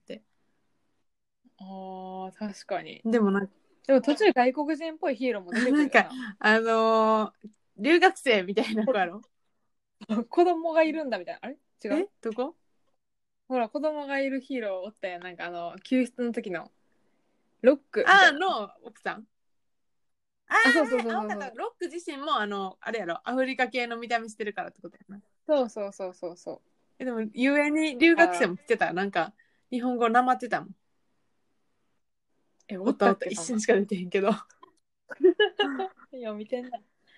[SPEAKER 2] 確かに。
[SPEAKER 1] でも
[SPEAKER 2] 途中外国人っぽいヒーローも出てくるよな。
[SPEAKER 1] なんか、留学生みたいな子やろ
[SPEAKER 2] 子供がいるんだみたいな。あれ違う？
[SPEAKER 1] どこ？
[SPEAKER 2] ほら、子供がいるヒーローおったやん。なんか救出の時のロック。
[SPEAKER 1] の奥さん。そうロック自身もあれやろ、アフリカ系の見た目してるからってことやな。
[SPEAKER 2] そう。
[SPEAKER 1] でもゆえに留学生も来てた。なんか日本語なまってたもん。弟一瞬しか出てへんけど。
[SPEAKER 2] いや、見てんな。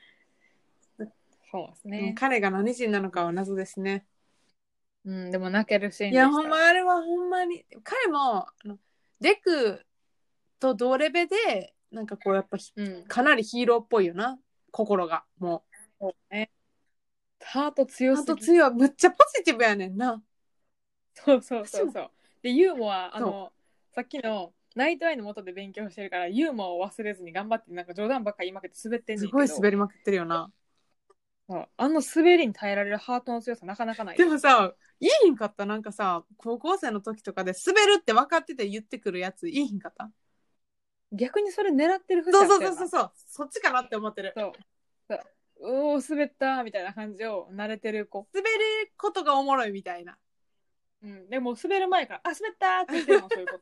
[SPEAKER 2] そうですね。
[SPEAKER 1] 彼が何人なのかは謎ですね。
[SPEAKER 2] でも泣けるシーン
[SPEAKER 1] でした。いや、ほんまあれはほんまに。彼もデクと同レベで、なんかやっぱ、かなりヒーローっぽいよな、心が。もう。
[SPEAKER 2] そうね。ハート強すぎ。
[SPEAKER 1] ハート強い。むっちゃポジティブやねんな。
[SPEAKER 2] そう。で、ユーモア、さっきのナイトアイの元で勉強してるから、ユーモアを忘れずに頑張って、なんか冗談ばっかり言いまくって滑ってんねんけど。
[SPEAKER 1] すごい滑りまくってるよな。
[SPEAKER 2] 滑りに耐えられるハートの強さなかなかない。
[SPEAKER 1] でもさ、いいひんかった？なんかさ、高校生の時とかで滑るって分かってて言ってくるやついいひんかった？
[SPEAKER 2] 逆にそれ狙ってる
[SPEAKER 1] 節あったよな。そう。そっちかなって思ってる。
[SPEAKER 2] 滑ったみたいな感じを慣れてる子。
[SPEAKER 1] 滑ることがおもろいみたいな。
[SPEAKER 2] でも滑る前から、滑ったって言ってるの、そういうこと。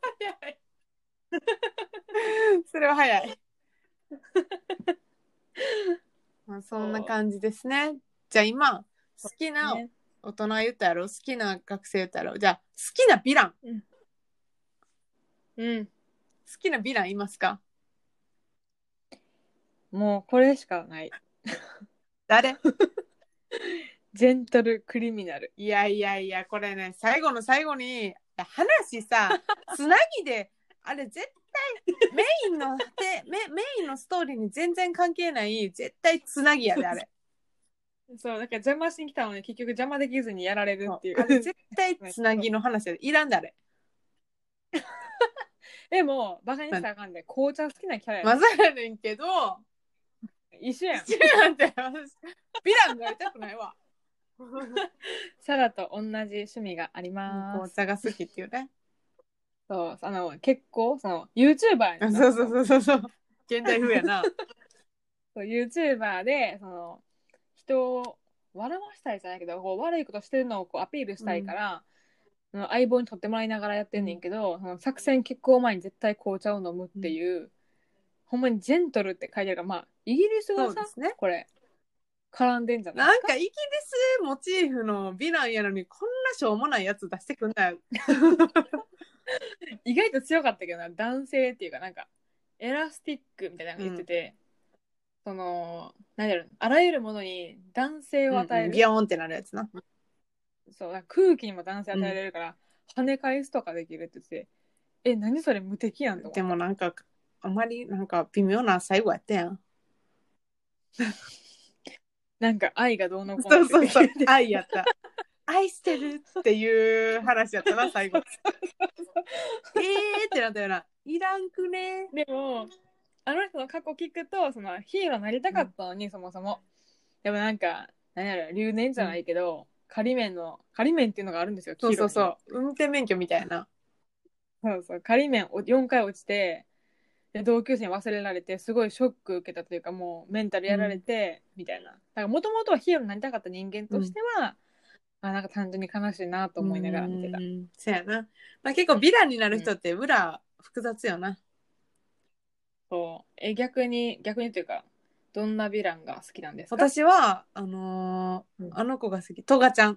[SPEAKER 1] それは早い。そんな感じですね。じゃあ今、好きな大人言ったやろ、好きな学生言ったやろ。じゃあ、好きなヴィラン。好きなヴィランいますか？
[SPEAKER 2] もうこれしかない。
[SPEAKER 1] 誰？
[SPEAKER 2] ジェントルクリミナル。
[SPEAKER 1] いや、これね、最後の最後に、話さ、つなぎで、あれ絶対メインのストーリーに全然関係ない、絶対つなぎやで、あれ。
[SPEAKER 2] そう、だから邪魔しに来たのに結局邪魔できずにやられるっていう。
[SPEAKER 1] あれ絶対つなぎの話やで。いらんだれ。
[SPEAKER 2] でも、バカにしたらあかんで、紅茶好きなキャラや
[SPEAKER 1] まさやねんけど、
[SPEAKER 2] 一緒やん。
[SPEAKER 1] 一緒なんて、ヴィランがやりたくないわ。
[SPEAKER 2] サラと同じ趣味があります。
[SPEAKER 1] 紅茶が好きっていうね。
[SPEAKER 2] そう、結構、YouTuber や
[SPEAKER 1] そう。現代風やな。
[SPEAKER 2] そう、YouTuber で、人を笑わしたいじゃないけど、悪いことしてるのをアピールしたいから、相棒に取ってもらいながらやってんねんけど、作戦決行前に絶対紅茶を飲むっていう、ほんまにジェントルって書いてあるから、イギリスがさ、これ、絡んでんじゃないですか。
[SPEAKER 1] なんかイギリスモチーフのヴィランやのに、こんなしょうもないやつ出してくんなよ。
[SPEAKER 2] 意外と強かったけどな、男性っていうか、なんか、 エラスティックみたいなのが言ってて、その何だろう、あらゆるものに男性を与える、
[SPEAKER 1] ビヨーンってなるやつな。
[SPEAKER 2] そうなんか空気にも男性与えられるから、跳ね返すとかできるって言ってて、何それ無敵やんと思った。
[SPEAKER 1] でもなんかあまりなんか微妙な最後やったやん。
[SPEAKER 2] なんか愛がどうのこうのって
[SPEAKER 1] そうそうそう、愛やった。愛してるっていう話やったな、最後。ってなったよな。いらんくね。
[SPEAKER 2] でもあの人の過去聞くと、そのヒーローになりたかったのに、そもそも。でもなんか何やろ、留年じゃないけど、仮免っていうのがあるんですよ。
[SPEAKER 1] そうそうそ
[SPEAKER 2] ヒーローに
[SPEAKER 1] う、運転免許みたいな。
[SPEAKER 2] そうそう、仮免を4回落ちて、で同級生に忘れられて、すごいショック受けたというか、もうメンタルやられて、みたいな。だからもともとはヒーローになりたかった人間としては、なんか単純に悲しいなと思いながら見てた。
[SPEAKER 1] そやな。まあ結構ヴィランになる人って裏複雑よな。
[SPEAKER 2] そう。逆にというか、どんなヴィランが好きなんですか？
[SPEAKER 1] 私は、あの子が好き。トガちゃん。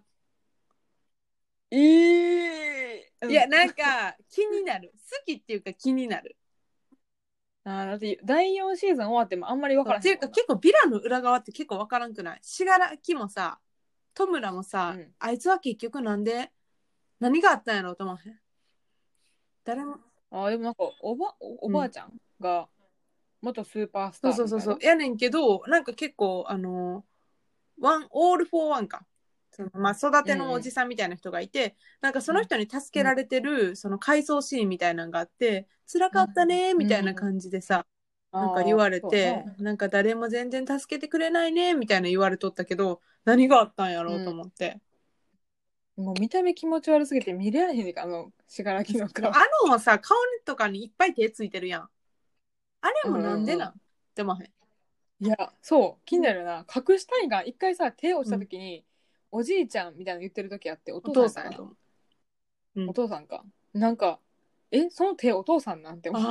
[SPEAKER 1] いや、なんか気になる。好きっていうか気になる。
[SPEAKER 2] だって第4シーズン終わってもあんまり分からへんもんな。
[SPEAKER 1] っていうか結構ヴィランの裏側って結構分からんくない？信楽もさ、戸村もさ、あいつは結局なんで何があったんやろうと思わへん？誰も。
[SPEAKER 2] でもなんかおばあちゃんが元スーパースターみたいな。
[SPEAKER 1] そうやねんけど、なんか結構オールフォーワンか。まあ、育てのおじさんみたいな人がいて、なんかその人に助けられてる、その回想シーンみたいなのがあって、辛かったねみたいな感じでさ、なんか言われて、なんか誰も全然助けてくれないねみたいな言われとったけど、何があったんやろうと思って。
[SPEAKER 2] もう見た目気持ち悪すぎて見れないへんねんか、信楽の顔。
[SPEAKER 1] もさ、顔とかにいっぱい手ついてるやん。あれもなんでなん、でもへん。
[SPEAKER 2] いや、そう、気になるな。隠したいが、一回さ、手をしたときに、おじいちゃんみたいなの言ってるときあって、お父さんかな。お父さんか。なんか、その手お父さんなんて思った。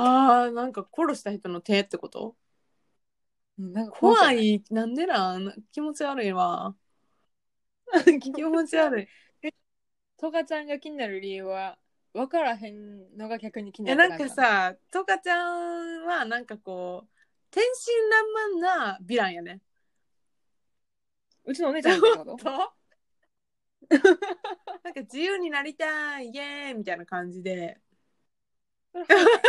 [SPEAKER 1] なんか殺した人の手ってこと？
[SPEAKER 2] なんか
[SPEAKER 1] 怖い。なんで気持ち悪いわ。気持ち悪い。
[SPEAKER 2] トガちゃんが気になる理由は、分からへんのが逆に気にな
[SPEAKER 1] なん
[SPEAKER 2] って
[SPEAKER 1] かさ、トカちゃんはなんかこう、天真爛漫なヴィランやね。
[SPEAKER 2] うちのお姉ちゃんみたいなこと
[SPEAKER 1] なんか自由になりたい、イエーイみたいな感じで。は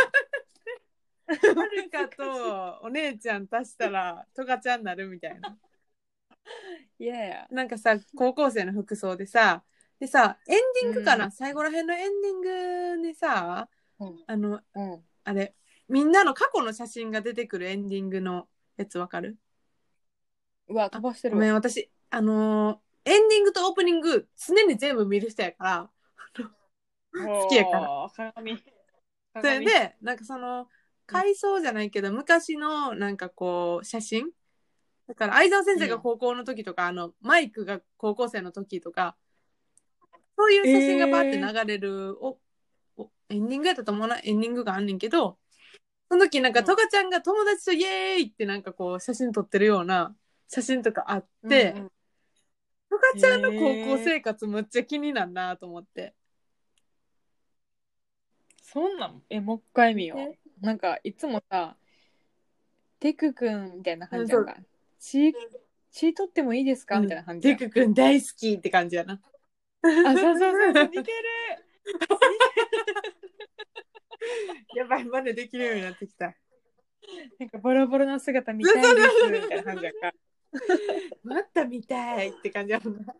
[SPEAKER 1] るかとお姉ちゃん足したらトカちゃんになるみたいな。
[SPEAKER 2] いやいや。
[SPEAKER 1] なんかさ、高校生の服装でさ、エンディングかな、最後らへんのエンディングでさ、あれ、みんなの過去の写真が出てくるエンディングのやつわかる？
[SPEAKER 2] うわ、飛ばしてるわ。
[SPEAKER 1] ごめん、私、エンディングとオープニング、常に全部見る人やから、好きやから。
[SPEAKER 2] 鏡。
[SPEAKER 1] それで、なんか回想じゃないけど、昔のなんかこう、写真だから、相沢先生が高校の時とか、マイクが高校生の時とか、そういう写真がバーって流れる、エンディングやったと思うな、エンディングがあんねんけど、その時なんかトガちゃんが友達とイエーイってなんかこう写真撮ってるような写真とかあって、トガちゃんの高校生活むっちゃ気になるなと思って。
[SPEAKER 2] そんなん、もう一回見よう。なんかいつもさ、テクくんみたいな感じやんか。血取ってもいいですか、みたいな感じや。
[SPEAKER 1] テクくん大好きって感じやな。
[SPEAKER 2] そう似てる。
[SPEAKER 1] やばい、真似できるようになってきた。
[SPEAKER 2] なんかボロボロの姿見たいですみたいな感じやんか。
[SPEAKER 1] また見たいって感じやもんな。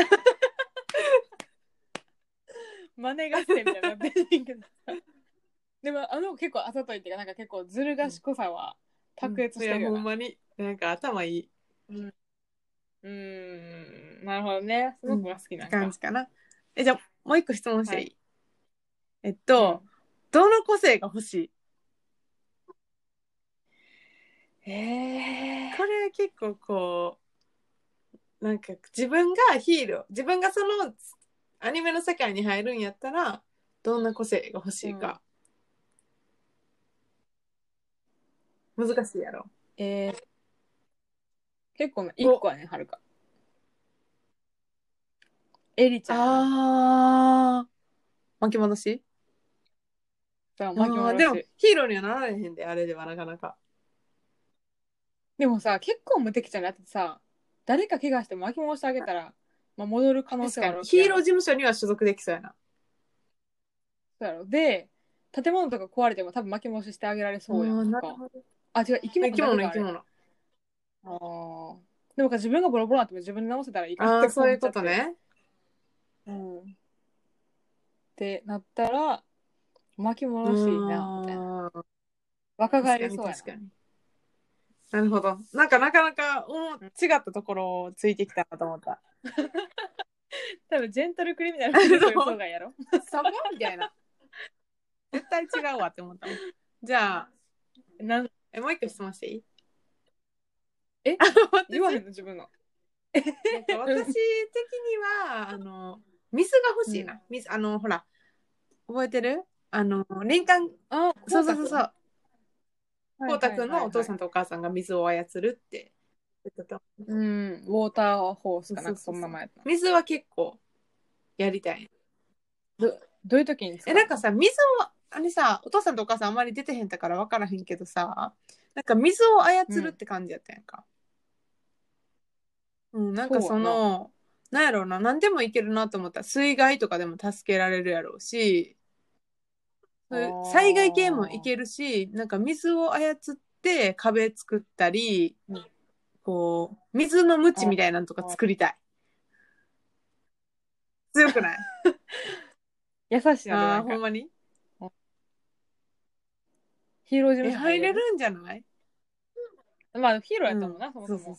[SPEAKER 2] 真似合戦みたいなってんけどさ。でも結構あざといっていうか、なんか結構ずる賢さは卓越してるよな。
[SPEAKER 1] ほんまになんか頭いい。
[SPEAKER 2] なるほどね。その子が好きなんか。
[SPEAKER 1] 感じかな。じゃあもう一個質問していい？どの個性が欲しい？これは結構こう、なんか自分がヒーロー、自分がそのアニメの世界に入るんやったら、どんな個性が欲しいか。難しいやろ。
[SPEAKER 2] 結構一個はね、はるか。エリちゃん。
[SPEAKER 1] 巻き戻し？
[SPEAKER 2] そう巻き戻し。
[SPEAKER 1] でもヒーローにはなられへんで、あれではなかなか。
[SPEAKER 2] でもさ、結構無敵じゃなくてさ、誰か怪我しても巻き戻してあげたら、まあ、戻る可能性はあ
[SPEAKER 1] 確かに。
[SPEAKER 2] るわけやん。
[SPEAKER 1] ヒーロー事務所には所属できそうやな。
[SPEAKER 2] そうやろ。で、建物とか壊れても多分巻き戻ししてあげられそうやんか。
[SPEAKER 1] なるほど。
[SPEAKER 2] あ、違う、生き物
[SPEAKER 1] 生き物、
[SPEAKER 2] だけかあれ。
[SPEAKER 1] 生き物。
[SPEAKER 2] あーでも自分がボロボロになっても自分で直せたらいいかな
[SPEAKER 1] ああ、
[SPEAKER 2] って
[SPEAKER 1] そういう
[SPEAKER 2] 思っちゃって。
[SPEAKER 1] ことね。
[SPEAKER 2] うん。ってなったら、巻き戻しいいな、みたいな。若返
[SPEAKER 1] 確かに
[SPEAKER 2] りそうやな。
[SPEAKER 1] 確かに。なるほど。なかなか違ったところをついてきたなと思った。
[SPEAKER 2] 多分ジェントルクリミナルの予想外やろ。
[SPEAKER 1] そこみたいな。絶対違うわって思ったもん。じゃあ、もう一個質問していい？
[SPEAKER 2] 言わへんの自分の。
[SPEAKER 1] なんか私的には、水が欲しいな。水、ほら、覚えてる？林間、そうそうそうそう。こうたくんのお父さんとお母さんが水を操るって言ってた。
[SPEAKER 2] ウォーターホースかなんかそんな名前やった。
[SPEAKER 1] 水は結構やりたい。
[SPEAKER 2] どういう時に使う？
[SPEAKER 1] なんかさ、水を、お父さんとお母さんあんまり出てへんたから分からへんけどさ、なんか水を操るって感じやったやんか。なんかなんやろうな、何でもいけるなと思った。水害とかでも助けられるやろうし、災害系もいけるし、なんか水を操って壁作ったり、こう、水の鞭みたいなのとか作りたい。強くない？
[SPEAKER 2] 優しいな。
[SPEAKER 1] ほんまに？
[SPEAKER 2] ヒーロー事務所
[SPEAKER 1] 入れるんじゃない？
[SPEAKER 2] まあヒーローやったもんな、そもそも。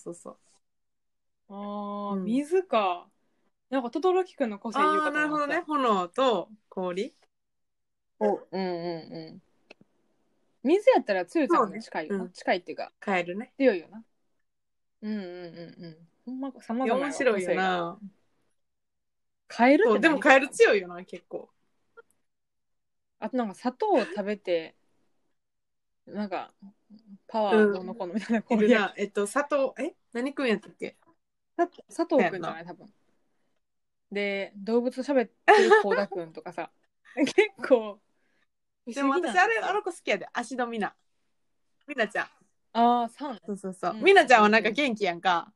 [SPEAKER 1] そう。
[SPEAKER 2] 水か。なんか轟くんの個性言うかと思った。
[SPEAKER 1] なるほどね。炎と氷。
[SPEAKER 2] 水やったら強さも近いよな。近いっていうか。
[SPEAKER 1] カエルね。
[SPEAKER 2] 強いよな。ほんま様々な
[SPEAKER 1] 面白いよな。
[SPEAKER 2] カエルって
[SPEAKER 1] でもカエル強いよな、結構。
[SPEAKER 2] あとなんか砂糖を食べて、なんか、パワーどの子のみたいな子いるな。
[SPEAKER 1] 砂糖、何くんやったっけ？
[SPEAKER 2] 佐藤くんじゃない多分。で、動物と喋ってるコウダくんとかさ、結構。
[SPEAKER 1] でも私、あの子好きやで。足戸みな。みなちゃん。そう。みなちゃんはなんか元気やんか。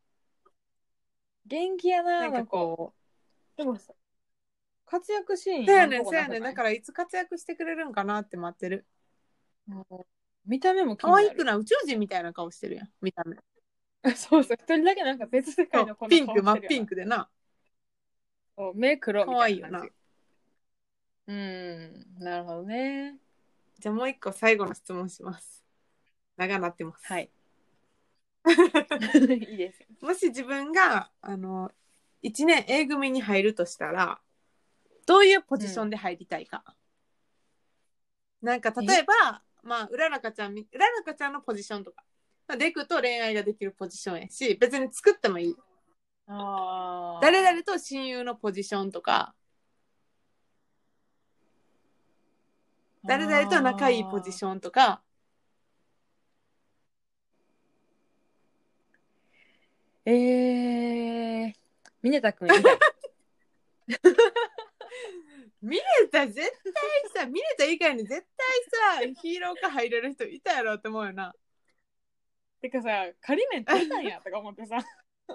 [SPEAKER 2] 元気やな、
[SPEAKER 1] なんかこ
[SPEAKER 2] う。でもさ、活躍シーン
[SPEAKER 1] そうやねん。だからいつ活躍してくれるんかなって待ってる。
[SPEAKER 2] 見た目も
[SPEAKER 1] 可愛くな、宇宙人みたいな顔してるやん、見た目。
[SPEAKER 2] そう、一人だけなんか別世界の子の顔してる。
[SPEAKER 1] 真っピンクでな。
[SPEAKER 2] 目黒みたいな感じ。
[SPEAKER 1] 可愛いよ
[SPEAKER 2] な。なるほどね。
[SPEAKER 1] じゃあもう一個最後の質問します。長なってます。
[SPEAKER 2] はい。いいですよ。
[SPEAKER 1] もし自分が、1年 A 組に入るとしたら、どういうポジションで入りたいか。なんか例えば、うららかちゃんのポジションとか。デクと恋愛ができるポジションやし、別に作ってもいい。誰々と親友のポジションとか、誰々と仲いいポジションとか。
[SPEAKER 2] ミネタくん以外。
[SPEAKER 1] ミネタ絶対さ、ミネタ以外に絶対さ、ヒーロー科入れる人いたやろって思うよな。
[SPEAKER 2] てかさ、仮面取れたんやとか思ってさ。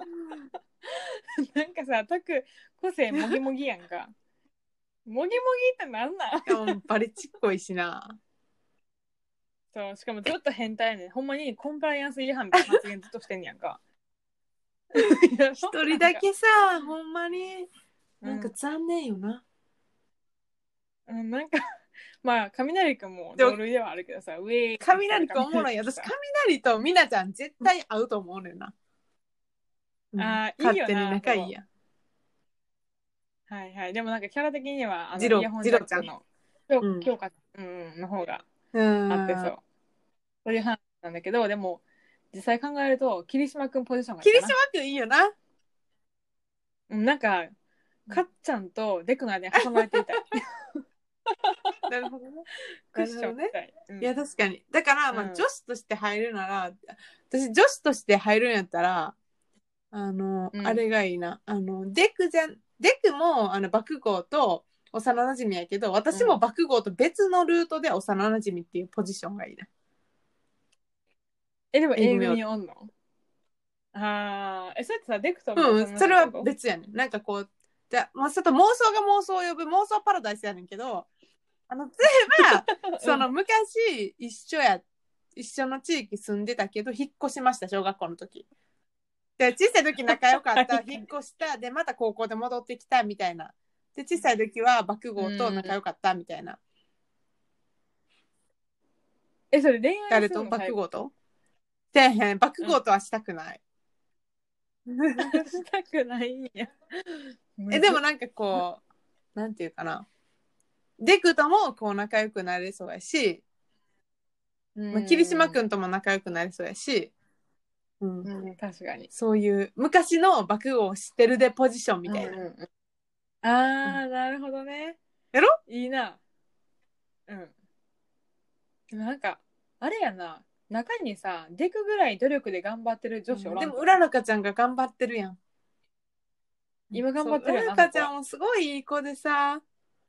[SPEAKER 2] なんかさ、タク個性もぎもぎやんか。もぎもぎってなんなん？
[SPEAKER 1] しかもバリちっこいしな。
[SPEAKER 2] そう、しかもずっと変態やねん。ほんまにコンプライアンス違反みたいな発言ずっとしてんやんか。
[SPEAKER 1] 一人だけさ、ほんまになんか残念よな。
[SPEAKER 2] なんか雷くんも同類ではあるけどさ、
[SPEAKER 1] 雷くんおもろい。私雷とみなちゃん絶対合うと思うねんな。
[SPEAKER 2] いいよな。
[SPEAKER 1] 勝手に仲いいやん。
[SPEAKER 2] はいはい。でもなんかキャラ的には
[SPEAKER 1] ジロ
[SPEAKER 2] イヤホンジャックの強化の方があってそう。そういう話なんだけど、でも実際考えると霧島くんポジションが
[SPEAKER 1] 霧島くんいいよな。
[SPEAKER 2] なんかかっちゃんとデクの間に挟まれていたい。
[SPEAKER 1] なるほどね。
[SPEAKER 2] クッションみたい。
[SPEAKER 1] いや確かに。だから、女子として入るなら、私女子として入るんやったら、あれがいいな。デクも、爆豪と幼馴染やけど、私も爆豪と別のルートで幼馴染っていうポジションがいいな。
[SPEAKER 2] でも A 組におんの？ああ、それってさ、デクトも
[SPEAKER 1] うん、それは別やねん。なんかこう、じゃあ、まあ、ちょっと妄想が妄想を呼ぶ妄想パラダイスやねんけど、例えば、その昔一緒の地域住んでたけど、引っ越しました、小学校の時。で、小さい時仲良かった、引っ越した、で、また高校で戻ってきたみたいな。で、小さい時は爆豪と仲良かったみたいな。
[SPEAKER 2] それ恋愛
[SPEAKER 1] 誰と爆豪とせえへん、爆豪とはしたくない。
[SPEAKER 2] したくないんや。
[SPEAKER 1] でもなんかこう、なんていうかな。デクともこう仲良くなれそうやし、まあ、霧島くんとも仲良くなれそうやし、
[SPEAKER 2] 確かに。
[SPEAKER 1] そういう昔の爆豪を知ってるでポジションみたいな。
[SPEAKER 2] ああ、なるほどね。
[SPEAKER 1] やろ？
[SPEAKER 2] いいな。うん。でもなんか、あれやな。中にさ、デクぐらい努力で頑張ってる女子おらん
[SPEAKER 1] でも、うららかちゃんが頑張ってるやん。
[SPEAKER 2] 今頑張ってるやんな。
[SPEAKER 1] うららかちゃんもすごいいい子でさ。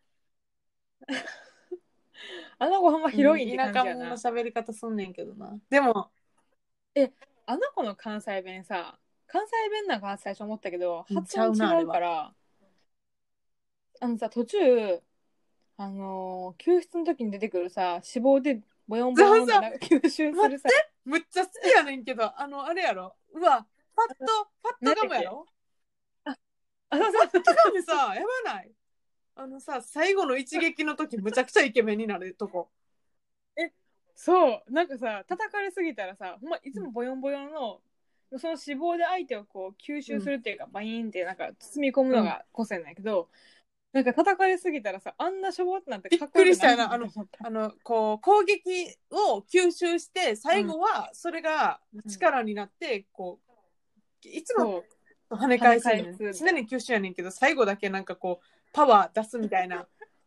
[SPEAKER 2] あの子ほんまヒロインって感じやな。
[SPEAKER 1] 田舎者の喋り方すんねんけどな。でも、
[SPEAKER 2] あの子の関西弁さ、関西弁なんか最初思ったけど、発音
[SPEAKER 1] ちゃうな
[SPEAKER 2] 違うから、さ、途中、救出の時に出てくるさ、脂肪でボヨンボヨンってなんか吸収するさ。
[SPEAKER 1] 待って、むっちゃ好きやねんけど、あれやろ。うわ、ファットガムやろ。ファットガムさ、やばない？最後の一撃の時むちゃくちゃイケメンになるとこ。
[SPEAKER 2] そう、なんかさ、叩かれすぎたらさ、ほんまいつもボヨンボヨンの、その脂肪で相手をこう吸収するっていうか、バイーンってなんか包み込むのが個性なんやけど、なんか叩かれすぎたらさ、あんなしょぼってなって
[SPEAKER 1] びっくりしたよ
[SPEAKER 2] な。
[SPEAKER 1] こう攻撃を吸収して最後はそれが力になって、こういつも跳ね返すねん。常に吸収やねんけど、最後だけなんかこうパワー出すみたいな。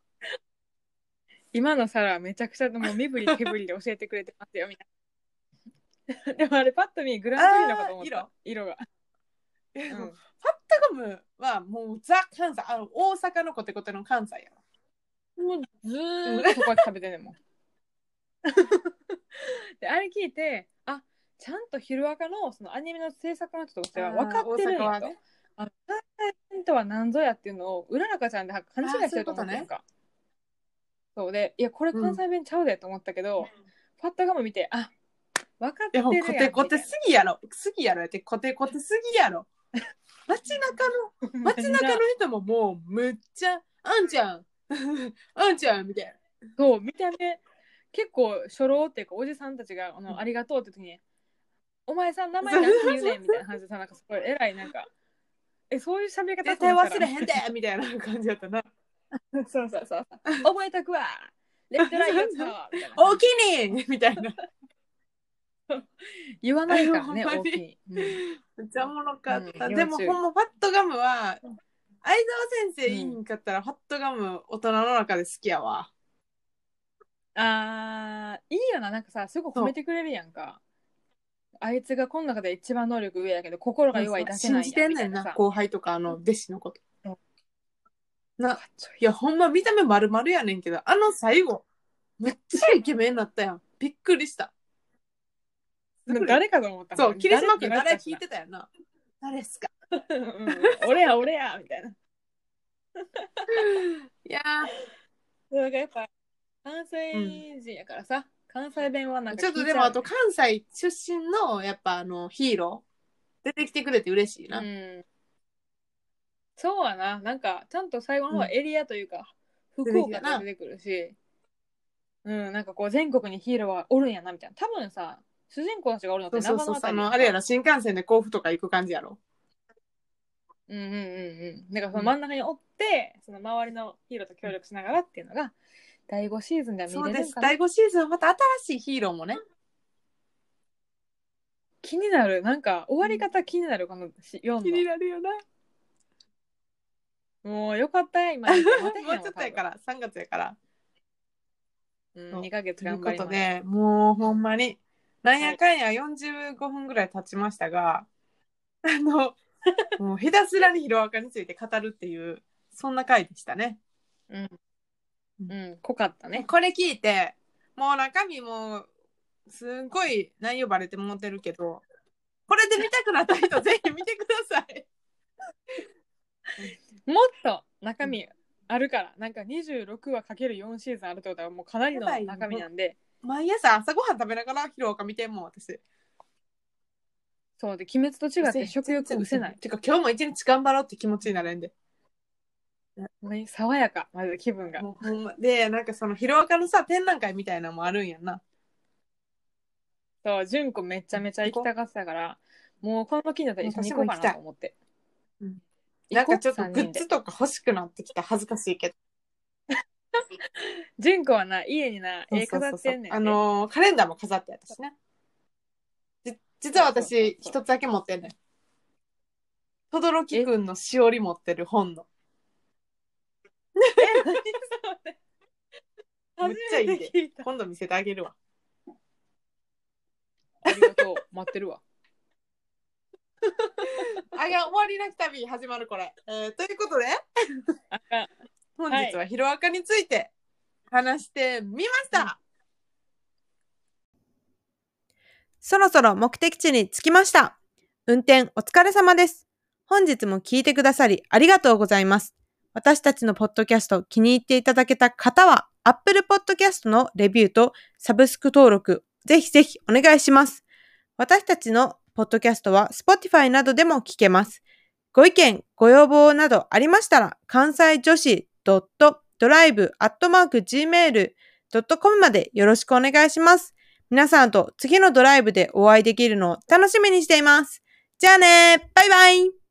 [SPEAKER 2] 今のサラはめちゃくちゃもう身振り手振りで教えてくれてますよみたいな。でもあれパッと見グランプリのかと思った。色が。
[SPEAKER 1] ファットガムはもうザ関西、大阪のコテコテの関西や
[SPEAKER 2] ろ。もうずーっとそこで食べてんねんもん。であれ聞いて、あ、ちゃんとヒロアカのそのアニメの制作の人としては分かってるんやと。関西弁とは何ぞやっていうのをうららかちゃんで勘違いしてると思ってんか。そうで、いやこれ関西弁ちゃうでと思ったけど、ファットガム見て、あ、分かってるやん。
[SPEAKER 1] いやもうコテコテすぎやろ。やってコテコテすぎやろ。街中の人ももうむっちゃあんちゃんあんちゃんみたいな。
[SPEAKER 2] そう、見た目結構初老っていうかおじさんたちがありがとうって時に、お前さん名前なんて言うねんみたいな感じでさ、なんかすごい偉いなんか、そういう喋り方
[SPEAKER 1] 絶対忘れへんでみたいな感じだったな。
[SPEAKER 2] そう覚えとくわレッドライオンさ
[SPEAKER 1] 大きにみたいな。
[SPEAKER 2] 言わないからね、大きい。
[SPEAKER 1] めっちゃおもろかった。でもほんまファットガムは相沢先生いいんかったら、ファットガム大人の中で好きやわ。
[SPEAKER 2] いいよな、なんかさ、すごい褒めてくれるやんか。あいつがこの中で一番能力上やけど心が弱いだけなんや
[SPEAKER 1] 信じてんねんな、後輩とか弟子のこと。いやほんま見た目丸々やねんけど、最後めっちゃイケメンになったやん。びっくりした。
[SPEAKER 2] 誰かと思った。
[SPEAKER 1] そう、桐島君誰聞いてたよな。誰っすか
[SPEAKER 2] 俺やみたいな。
[SPEAKER 1] いや
[SPEAKER 2] ー、なんかやっぱ関西人やからさ、関西弁はなんか
[SPEAKER 1] ちょっとでもあと関西出身のやっぱヒーロー出てきてくれて嬉しいな。
[SPEAKER 2] そうやな、なんかちゃんと最後の方はエリアというか、福岡が出てくるし、なんかこう全国にヒーローはおるんやなみたいな。多分さ、主人公たちがおるのって長野あたり
[SPEAKER 1] あれやろ、新幹線で甲府とか行く感じやろ。
[SPEAKER 2] なんかその真ん中におって、その周りのヒーローと協力しながらっていうのが第5シーズンでは見れるんかな。そうです。
[SPEAKER 1] 第5シーズンはまた新しいヒーローもね。
[SPEAKER 2] 気になる。なんか終わり方気になる、この4の。
[SPEAKER 1] 気になるよな。
[SPEAKER 2] もうよかったよ、今。もう
[SPEAKER 1] ちょっとやから、3月やから。
[SPEAKER 2] 2ヶ月頑
[SPEAKER 1] 張ります。ということで、もうほんまに、なんやかんや45分ぐらい経ちましたが、もうひたすらにヒロアカについて語るっていう、そんな回でしたね。
[SPEAKER 2] 濃かったね。
[SPEAKER 1] これ聞いて、もう中身もすんごい内容バレてもってるけど、これで見たくなった人ぜひ見てください。
[SPEAKER 2] もっと中身あるから、なんか26話かける4シーズンあるってことはもうかなりの中身なんで。
[SPEAKER 1] 毎朝朝ごはん食べながらヒロアカ見てんもん、私。
[SPEAKER 2] そうで、鬼滅と違って食欲失せない。
[SPEAKER 1] てか今日も一日頑張ろうって気持ちになれんで。
[SPEAKER 2] 爽やか、まず気分が。
[SPEAKER 1] もうほんまで、なんかそのヒロアカのさ、展覧会みたいなのもあるんやんな。
[SPEAKER 2] そう、純子めちゃめちゃ行きたかったから、もうこの金だったら一緒に行こうかなと思って。
[SPEAKER 1] なんかちょっとグッズとか欲しくなってきた。恥ずかしいけど。
[SPEAKER 2] 純子はな、家にな、絵飾ってんねん。
[SPEAKER 1] カレンダーも飾って私ね。実は私、一つだけ持ってんねん。轟くんのしおり持ってる本の。めっちゃいいで。今度見せてあげるわ。
[SPEAKER 2] ありがとう。待ってるわ。
[SPEAKER 1] 終わりなき旅始まるこれ。ということで、本日はヒロアカについて話してみました。そろそろ目的地に着きました。運転お疲れ様です。本日も聞いてくださりありがとうございます。私たちのポッドキャスト気に入っていただけた方は、Apple Podcast のレビューとサブスク登録、ぜひぜひお願いします。私たちのポッドキャストは Spotify などでも聞けます。ご意見、ご要望などありましたら、関西女子.drive@gmail.com までよろしくお願いします。皆さんと次のドライブでお会いできるのを楽しみにしています。じゃあね、バイバイ。